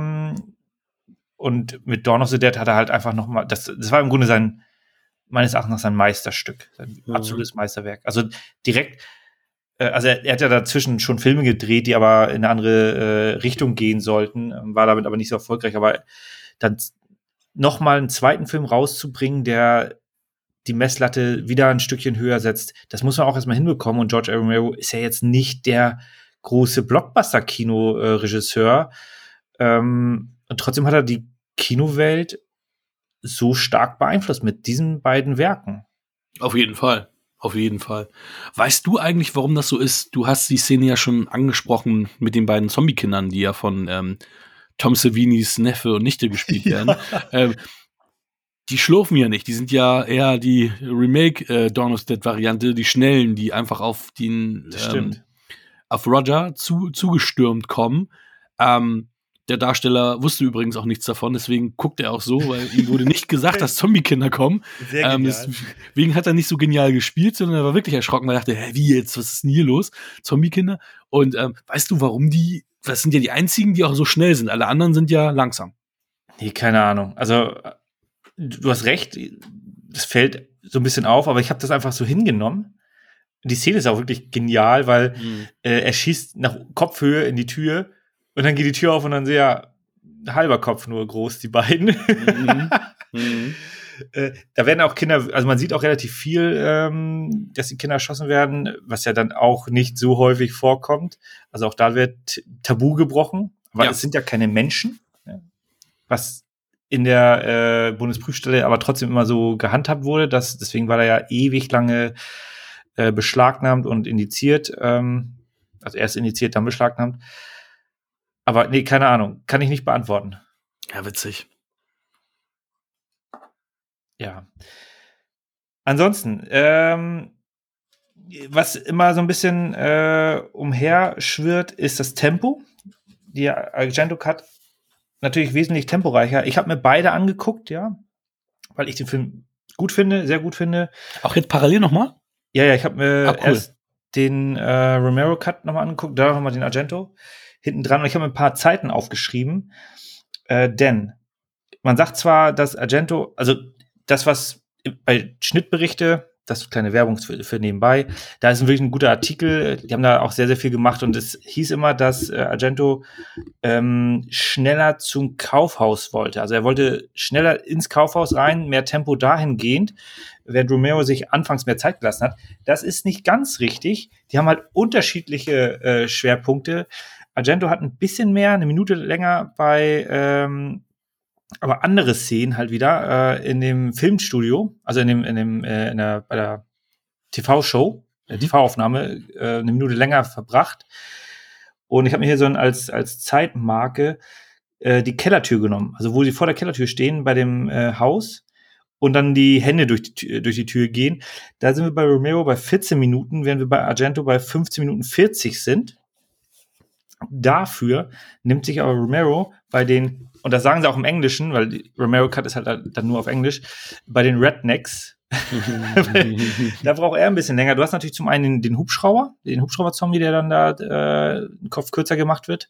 Und mit Dawn of the Dead hat er halt einfach nochmal, das war im Grunde meines Erachtens sein Meisterstück, sein absolutes Meisterwerk. Also direkt, also er hat ja dazwischen schon Filme gedreht, die aber in eine andere Richtung gehen sollten, war damit aber nicht so erfolgreich, aber dann nochmal einen zweiten Film rauszubringen, der die Messlatte wieder ein Stückchen höher setzt, das muss man auch erstmal hinbekommen. Und George A. Romero ist ja jetzt nicht der große Blockbuster-Kino-Regisseur. Und trotzdem hat er die Kinowelt so stark beeinflusst mit diesen beiden Werken. Auf jeden Fall. Auf jeden Fall. Weißt du eigentlich, warum das so ist? Du hast die Szene ja schon angesprochen mit den beiden Zombie-Kindern, die ja von Tom Savinis Neffe und Nichte gespielt werden. Die schlurfen ja nicht. Die sind ja eher die Remake Dawn of the Dead-Variante, die schnellen, die einfach auf den Das stimmt. auf Roger zugestürmt kommen. Der Darsteller wusste übrigens auch nichts davon, deswegen guckt er auch so, weil ihm wurde nicht gesagt, dass Zombie-Kinder kommen. Sehr genial. Deswegen hat er nicht so genial gespielt, sondern er war wirklich erschrocken, weil er dachte, hä, wie jetzt, was ist denn hier los? Zombie-Kinder? Und weißt du, warum das sind ja die einzigen, die auch so schnell sind. Alle anderen sind ja langsam. Nee, keine Ahnung. Also, du hast recht, das fällt so ein bisschen auf, aber ich habe das einfach so hingenommen. Die Szene ist auch wirklich genial, weil er schießt nach Kopfhöhe in die Tür und dann geht die Tür auf und dann sehr halber Kopf nur groß, die beiden. Da werden auch Kinder, also man sieht auch relativ viel, dass die Kinder erschossen werden, was ja dann auch nicht so häufig vorkommt. Also auch da wird Tabu gebrochen, aber es sind ja keine Menschen, was in der Bundesprüfstelle aber trotzdem immer so gehandhabt wurde. Deswegen war er ja ewig lange beschlagnahmt und indiziert. Also erst indiziert, dann beschlagnahmt. Aber nee, keine Ahnung. Kann ich nicht beantworten. Ja, witzig. Ja. Ansonsten, was immer so ein bisschen umherschwirrt, ist das Tempo. Die Argento Cut natürlich wesentlich temporeicher. Ich habe mir beide angeguckt, ja, weil ich den Film gut finde, sehr gut finde. Auch jetzt parallel nochmal? Ja, ich habe mir cool. erst den Romero Cut nochmal angeguckt, da nochmal den Argento hinten dran und ich habe mir ein paar Zeiten aufgeschrieben, denn man sagt zwar, dass Argento, also das, was bei Schnittberichte, das kleine Werbung für nebenbei, da ist wirklich ein guter Artikel, die haben da auch sehr, sehr viel gemacht und es hieß immer, dass Argento schneller zum Kaufhaus wollte. Also er wollte schneller ins Kaufhaus rein, mehr Tempo dahingehend, während Romero sich anfangs mehr Zeit gelassen hat. Das ist nicht ganz richtig. Die haben halt unterschiedliche Schwerpunkte. Argento hat ein bisschen mehr, eine Minute länger bei aber andere Szenen halt wieder in dem Filmstudio, also bei der TV-Show, TV-Aufnahme, eine Minute länger verbracht. Und ich habe mir hier so als Zeitmarke die Kellertür genommen. Also wo sie vor der Kellertür stehen bei dem Haus und dann die Hände durch die Tür gehen. Da sind wir bei Romero bei 14 Minuten, während wir bei Argento bei 15 Minuten 40 sind. Dafür nimmt sich aber Romero bei den, und das sagen sie auch im Englischen, weil die Romero Cut ist halt dann nur auf Englisch, bei den Rednecks. Da braucht er ein bisschen länger. Du hast natürlich zum einen den Hubschrauber-Zombie, der dann da den Kopf kürzer gemacht wird.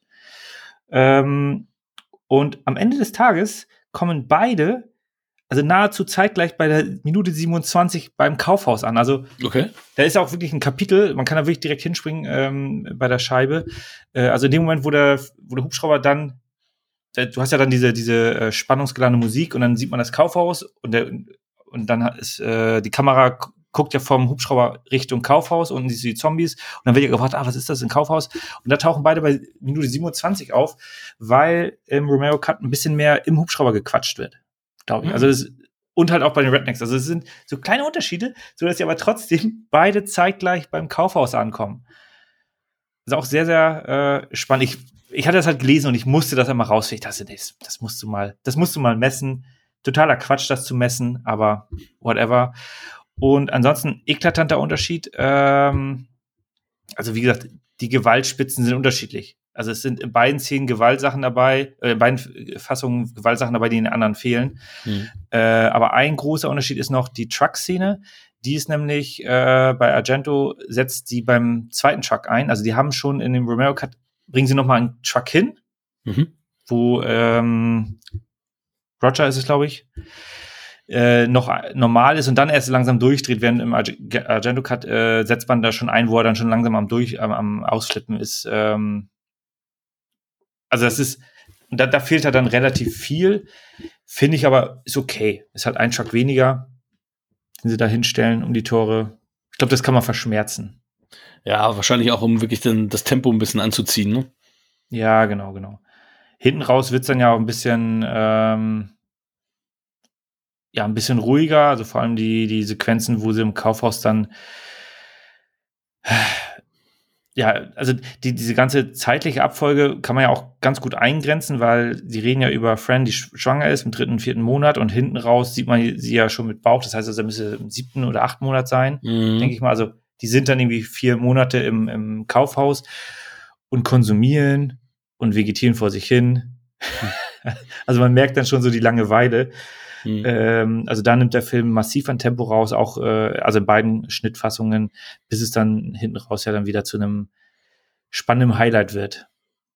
Und am Ende des Tages kommen beide, also nahezu zeitgleich bei der Minute 27 beim Kaufhaus an. Also da ist auch wirklich ein Kapitel, man kann da wirklich direkt hinspringen bei der Scheibe. Also in dem Moment, wo der Hubschrauber dann, du hast ja dann diese spannungsgeladene Musik und dann sieht man das Kaufhaus und dann ist die Kamera guckt ja vom Hubschrauber Richtung Kaufhaus und siehst du die Zombies und dann wird ja gefragt, was ist das, ein Kaufhaus? Und da tauchen beide bei Minute 27 auf, weil im Romero Cut ein bisschen mehr im Hubschrauber gequatscht wird, glaube ich. Also und halt auch bei den Rednecks. Also es sind so kleine Unterschiede, sodass sie aber trotzdem beide zeitgleich beim Kaufhaus ankommen. Das ist auch sehr, sehr spannend. Ich hatte das halt gelesen und ich musste das einmal rausfinden. Ich dachte, das musst du mal messen. Totaler Quatsch, das zu messen, aber whatever. Und ansonsten eklatanter Unterschied. Also wie gesagt, die Gewaltspitzen sind unterschiedlich. Also es sind in beiden Szenen Gewaltsachen dabei, in beiden Fassungen Gewaltsachen dabei, die in den anderen fehlen. Aber ein großer Unterschied ist noch die Truck-Szene. Die ist nämlich bei Argento setzt die beim zweiten Truck ein. Also die haben schon in dem Romero Cut, bringen sie noch mal einen Truck hin, wo Roger ist es, glaube ich, noch normal ist und dann erst langsam durchdreht, während im Argento Cut setzt man da schon ein, wo er dann schon langsam am Ausflippen ist. Also das ist, da fehlt halt dann relativ viel, finde ich, aber ist okay. Ist halt ein Truck weniger, den sie da hinstellen um die Tore. Ich glaube, das kann man verschmerzen. Ja, wahrscheinlich auch, um wirklich das Tempo ein bisschen anzuziehen, ne? Ja, genau. Hinten raus wird's dann ja auch ein bisschen ein bisschen ruhiger, also vor allem die Sequenzen, wo sie im Kaufhaus dann ja, also diese ganze zeitliche Abfolge kann man ja auch ganz gut eingrenzen, weil sie reden ja über Fran, die schwanger ist im 3., 4. Monat und hinten raus sieht man sie ja schon mit Bauch. Das heißt, also müsste im 7. oder 8. Monat sein, denke ich mal. Also die sind dann irgendwie 4 Monate im Kaufhaus und konsumieren und vegetieren vor sich hin. Also man merkt dann schon so die Langeweile. Also da nimmt der Film massiv an Tempo raus, auch also in beiden Schnittfassungen, bis es dann hinten raus ja dann wieder zu einem spannenden Highlight wird.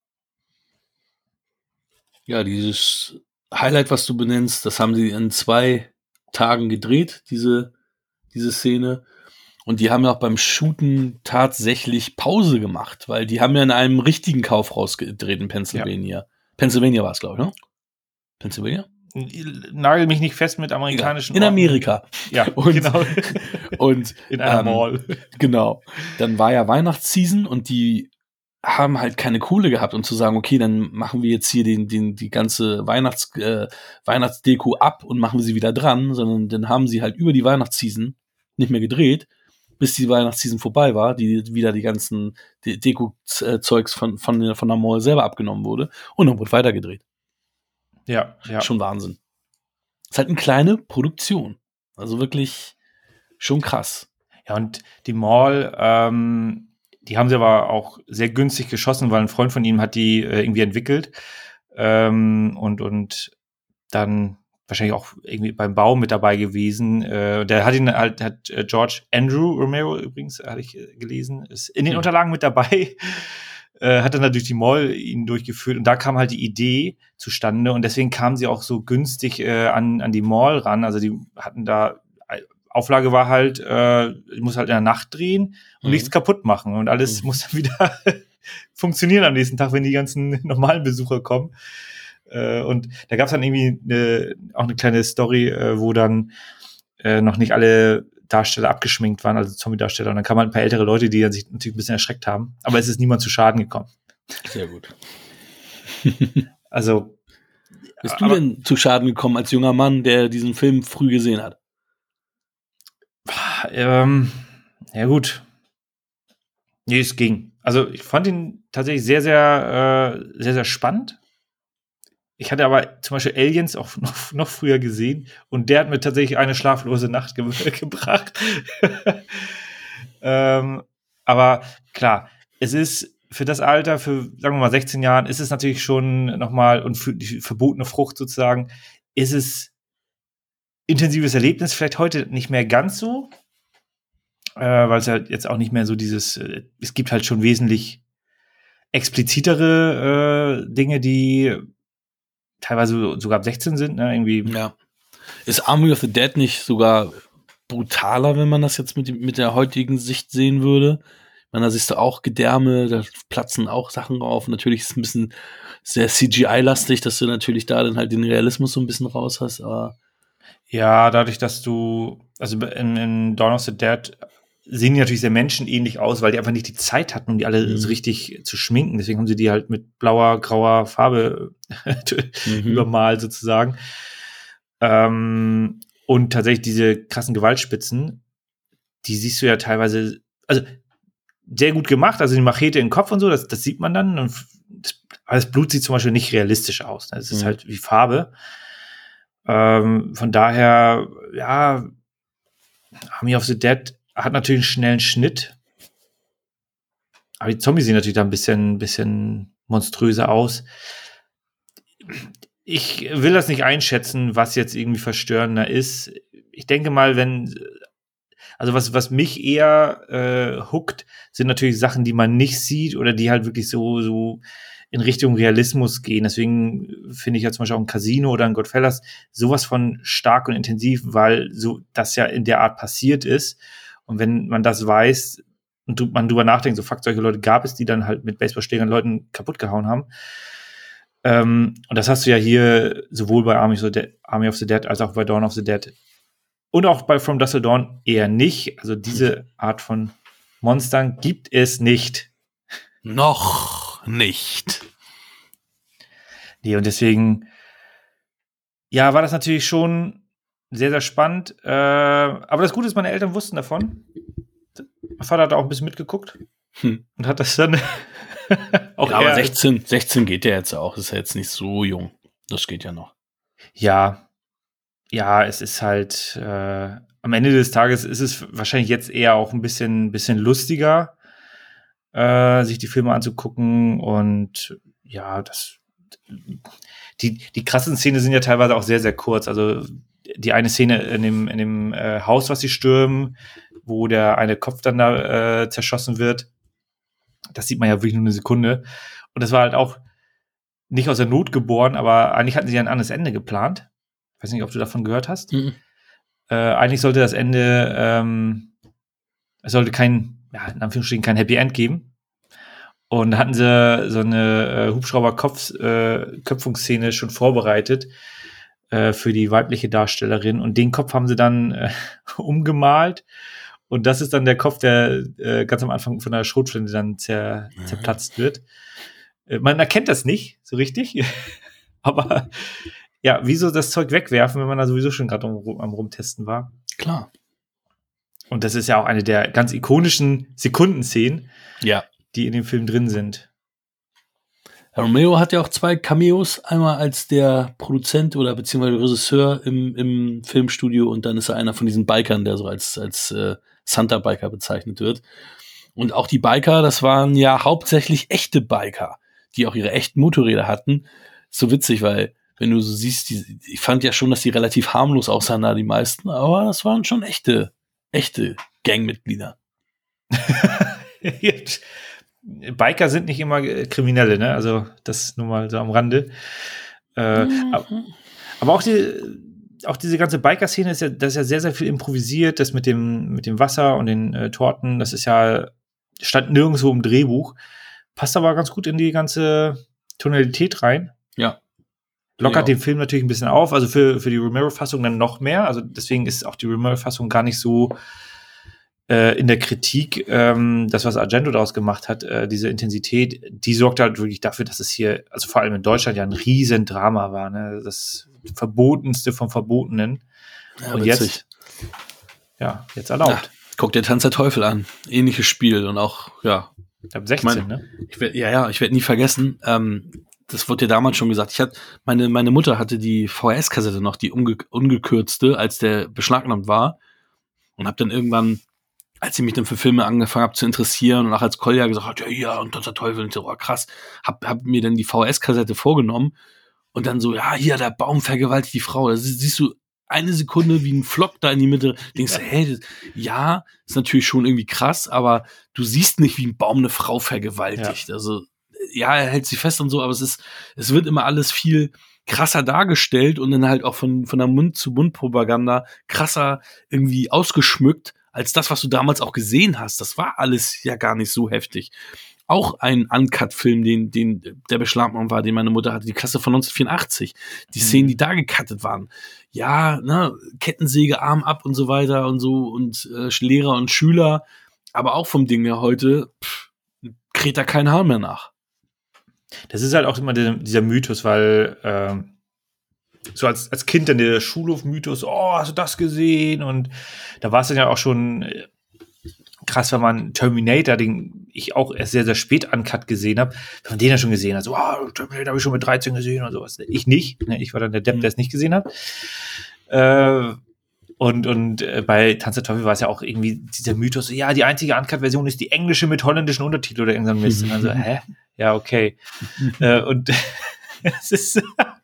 Ja, dieses Highlight, was du benennst, das haben sie in 2 Tagen gedreht, diese Szene. Und die haben ja auch beim Shooten tatsächlich Pause gemacht, weil die haben ja in einem richtigen Kaufhaus gedreht in Pennsylvania. Ja. Pennsylvania war es, glaube ich, ne? Pennsylvania? Nagel mich nicht fest mit amerikanischen in Amerika. Ja, und, genau. Und in einer Mall. Genau. Dann war ja Weihnachtsseason und die haben halt keine Kohle gehabt, um zu sagen, okay, dann machen wir jetzt hier die ganze Weihnachtsdeko ab und machen wir sie wieder dran, sondern dann haben sie halt über die Weihnachtsseason nicht mehr gedreht, bis die Weihnachtsseason vorbei war, wieder die ganzen Deko-Zeugs von der Mall selber abgenommen wurde und dann wurde weitergedreht. Ja. Schon Wahnsinn. Ist halt eine kleine Produktion. Also wirklich schon krass. Ja, und die Mall, die haben sie aber auch sehr günstig geschossen, weil ein Freund von ihm hat die irgendwie entwickelt und dann wahrscheinlich auch irgendwie beim Bau mit dabei gewesen. Der hat ihn halt, George Andrew Romero übrigens, hatte ich gelesen, ist in den Unterlagen mit dabei. Hat dann natürlich die Mall ihn durchgeführt und da kam halt die Idee zustande und deswegen kamen sie auch so günstig an die Mall ran. Also die hatten da, Auflage war halt, ich muss halt in der Nacht drehen und nichts kaputt machen und alles muss dann wieder funktionieren am nächsten Tag, wenn die ganzen normalen Besucher kommen. Und da gab es dann irgendwie auch eine kleine Story, wo dann noch nicht alle Darsteller abgeschminkt waren, also Zombie-Darsteller. Und dann kamen halt ein paar ältere Leute, die dann sich natürlich ein bisschen erschreckt haben. Aber es ist niemand zu Schaden gekommen. Sehr gut. Also. Bist du denn zu Schaden gekommen als junger Mann, der diesen Film früh gesehen hat? Ja, gut. Nee, es ging. Also, ich fand ihn tatsächlich sehr, sehr, sehr, sehr spannend. Ich hatte aber zum Beispiel Aliens auch noch früher gesehen und der hat mir tatsächlich eine schlaflose Nacht gebracht. Aber klar, es ist für das Alter, für, sagen wir mal, 16 Jahren, ist es natürlich schon nochmal, und für die verbotene Frucht sozusagen, ist es intensives Erlebnis, vielleicht heute nicht mehr ganz so, weil es halt jetzt auch nicht mehr so es gibt halt schon wesentlich explizitere Dinge, die teilweise sogar ab 16 sind, ne, irgendwie. Ja. Ist Army of the Dead nicht sogar brutaler, wenn man das jetzt mit der heutigen Sicht sehen würde? Ich meine, da siehst du auch Gedärme, da platzen auch Sachen auf. Natürlich ist es ein bisschen sehr CGI-lastig, dass du natürlich da dann halt den Realismus so ein bisschen raus hast, aber ja, dadurch, dass also in Dawn of the Dead sehen die natürlich sehr menschenähnlich aus, weil die einfach nicht die Zeit hatten, um die alle so richtig zu schminken. Deswegen haben sie die halt mit blauer, grauer Farbe übermalt sozusagen. Und tatsächlich diese krassen Gewaltspitzen, die siehst du ja teilweise, also sehr gut gemacht, also die Machete in den Kopf und so, das sieht man dann. Aber das Blut sieht zum Beispiel nicht realistisch aus. Ne? Es ist halt wie Farbe. Von daher, ja, Army of the Dead hat natürlich einen schnellen Schnitt. Aber die Zombies sehen natürlich da ein bisschen monströser aus. Ich will das nicht einschätzen, was jetzt irgendwie verstörender ist. Ich denke mal, also was mich eher hookt, sind natürlich Sachen, die man nicht sieht oder die halt wirklich so in Richtung Realismus gehen. Deswegen finde ich ja zum Beispiel auch ein Casino oder ein Goodfellas sowas von stark und intensiv, weil so das ja in der Art passiert ist. Und wenn man das weiß und man drüber nachdenkt, so fuck, solche Leute gab es, die dann halt mit Baseballschlägern Leuten kaputt gehauen haben. Und das hast du ja hier sowohl bei Army of the Dead als auch bei Dawn of the Dead. Und auch bei From Dusk Till Dawn eher nicht. Also diese Art von Monstern gibt es nicht. Noch nicht. Nee, und deswegen, ja, war das natürlich schon sehr, sehr spannend. Aber das Gute ist, meine Eltern wussten davon. Mein Vater hat auch ein bisschen mitgeguckt. Und hat das dann auch ja, aber 16 geht der jetzt auch. Ist ja jetzt nicht so jung. Das geht ja noch. Ja, es ist halt am Ende des Tages ist es wahrscheinlich jetzt eher auch ein bisschen lustiger, sich die Filme anzugucken. Und ja, die krassen Szenen sind ja teilweise auch sehr, sehr kurz. Also die eine Szene in dem Haus, was sie stürmen, wo der eine Kopf dann da zerschossen wird, das sieht man ja wirklich nur eine Sekunde. Und das war halt auch nicht aus der Not geboren, aber eigentlich hatten sie ja ein anderes Ende geplant. Ich weiß nicht, ob du davon gehört hast. Mhm. Eigentlich sollte das Ende, es sollte in Anführungsstrichen kein Happy End geben. Und da hatten sie so eine Hubschrauber-Köpfungsszene schon vorbereitet für die weibliche Darstellerin. Und den Kopf haben sie dann umgemalt. Und das ist dann der Kopf, der ganz am Anfang von der Schrotflinte dann zerplatzt wird. Man erkennt das nicht so richtig. Aber ja, wieso das Zeug wegwerfen, wenn man da sowieso schon gerade am Rumtesten war? Klar. Und das ist ja auch eine der ganz ikonischen Sekundenszenen, ja, die in dem Film drin sind. Romero hat ja auch 2 Cameos, einmal als der Produzent oder beziehungsweise Regisseur im Filmstudio und dann ist er einer von diesen Bikern, der so als Santa-Biker bezeichnet wird. Und auch die Biker, das waren ja hauptsächlich echte Biker, die auch ihre echten Motorräder hatten. So witzig, weil wenn du so siehst, ich fand ja schon, dass die relativ harmlos aussahen, da die meisten, aber das waren schon echte Gangmitglieder. Biker sind nicht immer Kriminelle, ne? Also das nur mal so am Rande. Aber auch diese ganze Biker-Szene das ist ja sehr, sehr viel improvisiert. Das mit dem Wasser und den Torten, das ist ja, stand nirgendwo im Drehbuch. Passt aber ganz gut in die ganze Tonalität rein. Ja. Lockert den Film natürlich ein bisschen auf, also für die Romero-Fassung dann noch mehr. Also deswegen ist auch die Romero-Fassung gar nicht so in der Kritik, das, was Argento daraus gemacht hat, diese Intensität, die sorgt halt wirklich dafür, dass es hier, also vor allem in Deutschland, ja ein riesen Drama war, ne? Das Verbotenste vom Verbotenen. Ja, und witzig. jetzt erlaubt. Ja, guck dir Tanz der Teufel an. Ähnliches Spiel und auch, ja. Ab 16, ne? Ich werde nie vergessen, das wurde ja damals schon gesagt. Meine Mutter hatte die VHS-Kassette noch, die ungekürzte, als der beschlagnahmt war. Und hab dann irgendwann, als ich mich dann für Filme angefangen habe zu interessieren und auch als Kolja gesagt hat, ja, und Tanz der Teufel, und so, oh, krass, hab mir dann die VHS-Kassette vorgenommen und dann so, ja, hier, der Baum vergewaltigt die Frau. Da siehst du eine Sekunde wie ein Flock da in die Mitte, denkst du, hey, ist natürlich schon irgendwie krass, aber du siehst nicht, wie ein Baum eine Frau vergewaltigt. Ja. Also, ja, er hält sie fest und so, aber es wird immer alles viel krasser dargestellt und dann halt auch von der Mund-zu-Mund-Propaganda krasser irgendwie ausgeschmückt, als das, was du damals auch gesehen hast. Das war alles ja gar nicht so heftig. Auch ein Uncut-Film, den der beschlagnahmt war, den meine Mutter hatte, die Klasse von 1984. Die Szenen, die da gecuttet waren. Ja, ne, Kettensäge, Arm ab und so weiter und so und Lehrer und Schüler. Aber auch vom Ding her heute kräht da kein Haar mehr nach. Das ist halt auch immer dieser Mythos, weil so als Kind dann der Schulhof-Mythos, oh, hast du das gesehen? Und da war es dann ja auch schon krass, wenn man Terminator, den ich auch erst sehr, sehr spät uncut gesehen habe, wenn man den ja schon gesehen hat, so, Terminator habe ich schon mit 13 gesehen und sowas. Ich nicht, ne? Ich war dann der Depp, der es nicht gesehen hat. Und bei Tanz der Teufel war es ja auch irgendwie dieser Mythos, so, ja, die einzige Uncut-Version ist die englische mit holländischen Untertiteln oder irgendein Mist. Und dann so, hä? Ja, okay. Und es ist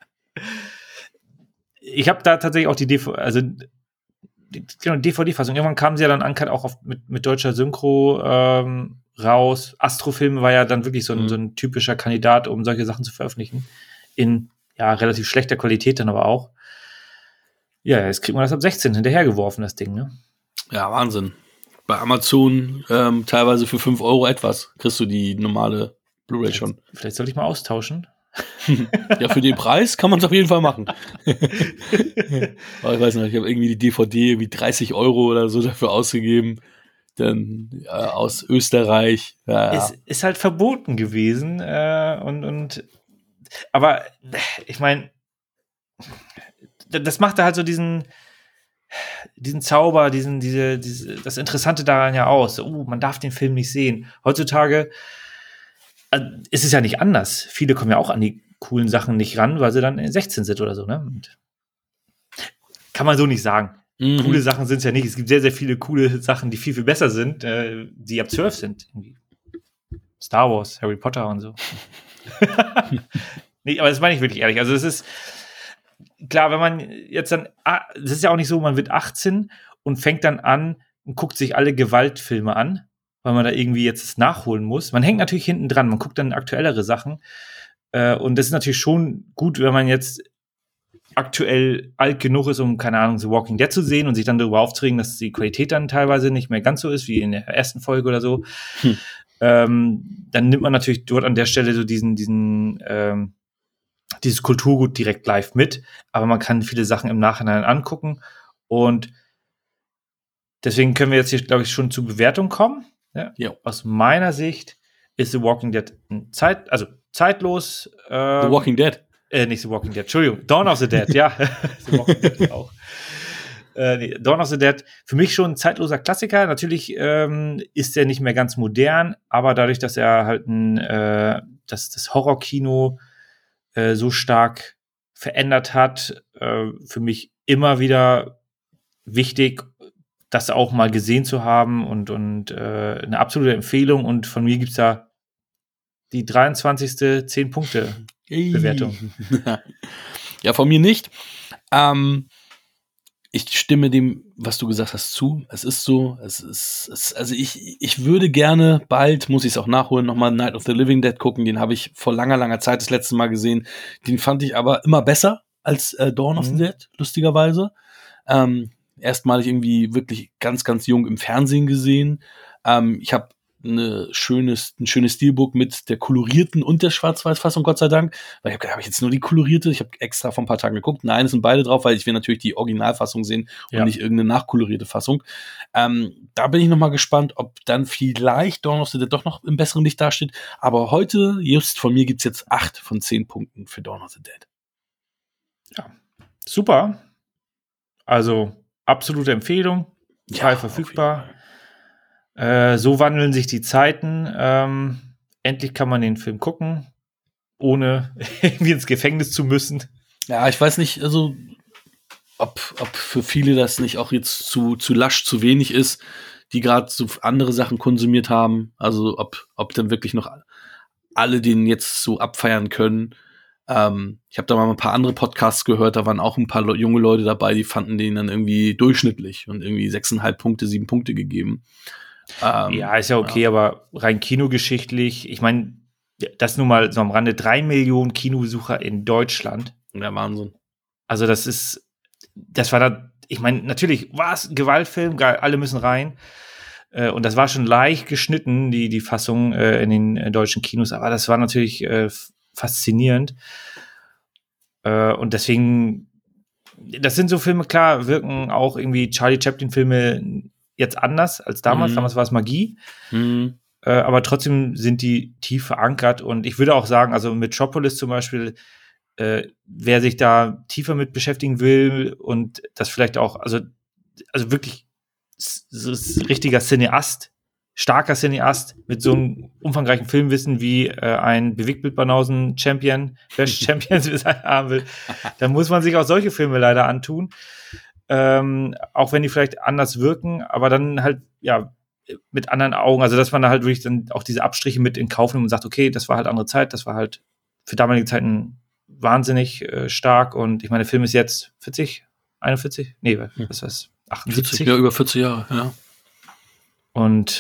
ich habe da tatsächlich auch die DVD-Fassung. Irgendwann kamen sie ja dann Uncut auch mit deutscher Synchro raus. Astrofilm war ja dann wirklich so ein typischer Kandidat, um solche Sachen zu veröffentlichen. In relativ schlechter Qualität dann aber auch. Ja, jetzt kriegt man das ab 16 hinterhergeworfen, das Ding, ne? Ja, Wahnsinn. Bei Amazon teilweise für 5 € etwas kriegst du die normale Blu-ray schon. Vielleicht sollte ich mal austauschen. Ja, für den Preis kann man es auf jeden Fall machen. Aber ich weiß nicht, ich habe irgendwie die DVD irgendwie 30 € oder so dafür ausgegeben. Dann aus Österreich. Ja. Es ist halt verboten gewesen. Aber ich meine, das macht da halt so diesen diesen Zauber, das Interessante daran ja aus. Man darf den Film nicht sehen. Heutzutage ist es ja nicht anders. Viele kommen ja auch an die coolen Sachen nicht ran, weil sie dann 16 sind oder so, ne? Und kann man so nicht sagen. Coole Sachen sind es ja nicht. Es gibt sehr, sehr viele coole Sachen, die viel, viel besser sind, die ab 12 sind. Irgendwie. Star Wars, Harry Potter und so. Nee, aber das meine ich wirklich ehrlich. Also es ist klar, wenn man jetzt dann, das ist ja auch nicht so, man wird 18 und fängt dann an und guckt sich alle Gewaltfilme an, weil man da irgendwie jetzt das nachholen muss. Man hängt natürlich hinten dran, man guckt dann aktuellere Sachen. Und das ist natürlich schon gut, wenn man jetzt aktuell alt genug ist, um, keine Ahnung, The Walking Dead zu sehen und sich dann darüber aufzuregen, dass die Qualität dann teilweise nicht mehr ganz so ist, wie in der ersten Folge oder so. Dann nimmt man natürlich dort an der Stelle so dieses Kulturgut direkt live mit, aber man kann viele Sachen im Nachhinein angucken und deswegen können wir jetzt hier, glaube ich, schon zur Bewertung kommen. Ja. Aus meiner Sicht ist The Walking Dead zeitlos. The Walking Dead? Nicht The Walking Dead, Entschuldigung, Dawn of the Dead, ja. The Walking Dead auch. Dawn of the Dead, für mich schon ein zeitloser Klassiker. Natürlich ist er nicht mehr ganz modern, aber dadurch, dass er halt das Horrorkino so stark verändert hat, für mich immer wieder wichtig, das auch mal gesehen zu haben und eine absolute Empfehlung. Und von mir gibt's da die 23. 10-Punkte-Bewertung. Ja, von mir nicht. Ich stimme dem, was du gesagt hast, zu. Es ist so. Also ich würde gerne bald, muss ich es auch nachholen, nochmal Night of the Living Dead gucken. Den habe ich vor langer, langer Zeit das letzte Mal gesehen. Den fand ich aber immer besser als Dawn of the Dead, lustigerweise. Erstmalig irgendwie wirklich ganz, ganz jung im Fernsehen gesehen. Ich habe ein schönes Steelbook mit der kolorierten und der Schwarz-Weiß-Fassung, Gott sei Dank. Weil ich habe jetzt nur die kolorierte. Ich habe extra vor ein paar Tagen geguckt. Nein, es sind beide drauf, weil ich will natürlich die Originalfassung sehen und nicht irgendeine nachkolorierte Fassung. Da bin ich nochmal gespannt, ob dann vielleicht Dawn of the Dead doch noch im besseren Licht dasteht. Aber heute, just von mir, gibt's jetzt 8 von 10 Punkten für Dawn of the Dead. Ja, super. Also, absolute Empfehlung. Frei verfügbar. So wandeln sich die Zeiten. Endlich kann man den Film gucken, ohne irgendwie ins Gefängnis zu müssen. Ja, ich weiß nicht, also ob für viele das nicht auch jetzt zu lasch, zu wenig ist, die gerade so andere Sachen konsumiert haben. Also ob dann wirklich noch alle den jetzt so abfeiern können. Ich habe da mal ein paar andere Podcasts gehört, da waren auch ein paar junge Leute dabei, die fanden den dann irgendwie durchschnittlich und irgendwie 6,5 Punkte, 7 Punkte gegeben. Ja, ist ja okay, aber rein kinogeschichtlich, ich meine, das nur mal so am Rande, 3 Millionen Kinobesucher in Deutschland. Der Wahnsinn. Also das war da, ich meine, natürlich war es ein Gewaltfilm, geil, alle müssen rein. Und das war schon leicht geschnitten, die Fassung in den deutschen Kinos, aber das war natürlich faszinierend. Und deswegen, das sind so Filme, klar, wirken auch irgendwie Charlie Chaplin-Filme jetzt anders als damals. Damals war es Magie. Aber trotzdem sind die tief verankert. Und ich würde auch sagen, also Metropolis zum Beispiel, wer sich da tiefer mit beschäftigen will und das vielleicht auch, also wirklich so ein richtiger Cineast, starker Cineast mit so einem umfangreichen Filmwissen wie ein Bewegtbildbanausen-Champion, Best Champions haben will, dann muss man sich auch solche Filme leider antun. Auch wenn die vielleicht anders wirken, aber dann halt, ja, mit anderen Augen, also dass man da halt wirklich dann auch diese Abstriche mit in Kauf nimmt und sagt, okay, das war halt andere Zeit, das war halt für damalige Zeiten wahnsinnig stark und ich meine, der Film ist jetzt 40, 41? Nee, was heißt 78? 40, ja, über 40 Jahre, ja. Und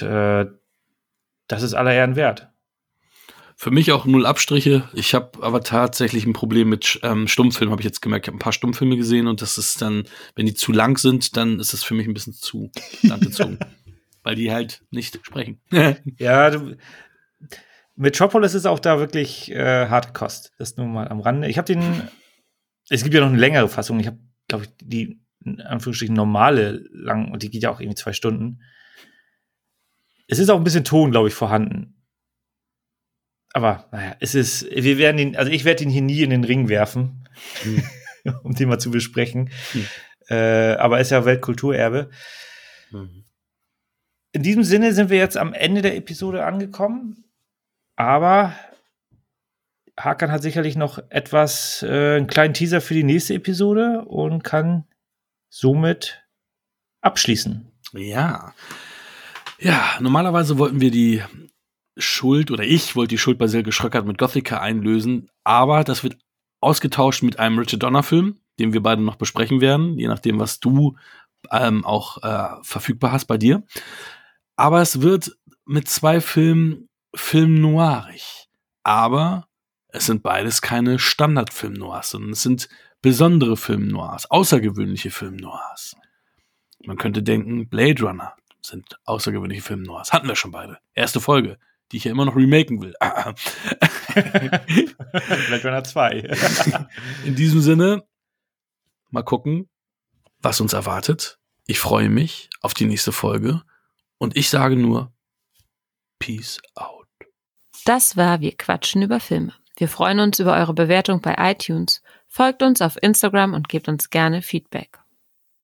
das ist aller Ehren wert. Für mich auch 0 Abstriche. Ich habe aber tatsächlich ein Problem mit Stummfilmen, habe ich jetzt gemerkt. Ich habe ein paar Stummfilme gesehen und das ist dann, wenn die zu lang sind, dann ist es für mich ein bisschen zu langgezogen. Weil die halt nicht sprechen. Ja, Metropolis ist auch da wirklich harte Kost. Das nur mal am Rande. Es gibt ja noch eine längere Fassung. Ich habe, glaube ich, die in Anführungsstrichen normale lang und die geht ja auch irgendwie 2 Stunden. Es ist auch ein bisschen Ton, glaube ich, vorhanden. Aber naja, ich werde ihn hier nie in den Ring werfen, um den mal zu besprechen. Aber ist ja Weltkulturerbe. In diesem Sinne sind wir jetzt am Ende der Episode angekommen. Aber Hakan hat sicherlich noch einen kleinen Teaser für die nächste Episode und kann somit abschließen. Ja, normalerweise wollten wir die Schuld, oder ich wollte die Schuld bei Silke Schröckert mit Gothica einlösen, aber das wird ausgetauscht mit einem Richard Donner-Film, den wir beide noch besprechen werden, je nachdem, was du auch verfügbar hast bei dir. Aber es wird mit 2 Filmen film-noirig. Aber es sind beides keine Standard-Film-Noirs, sondern es sind besondere Film-Noirs, außergewöhnliche Film-Noirs. Man könnte denken, Blade Runner sind außergewöhnliche Film-Noirs. Hatten wir schon beide. Erste Folge, die ich ja immer noch remaken will. Blade Runner 2. In diesem Sinne, mal gucken, was uns erwartet. Ich freue mich auf die nächste Folge und ich sage nur Peace out. Das war Wir quatschen über Filme. Wir freuen uns über eure Bewertung bei iTunes. Folgt uns auf Instagram und gebt uns gerne Feedback.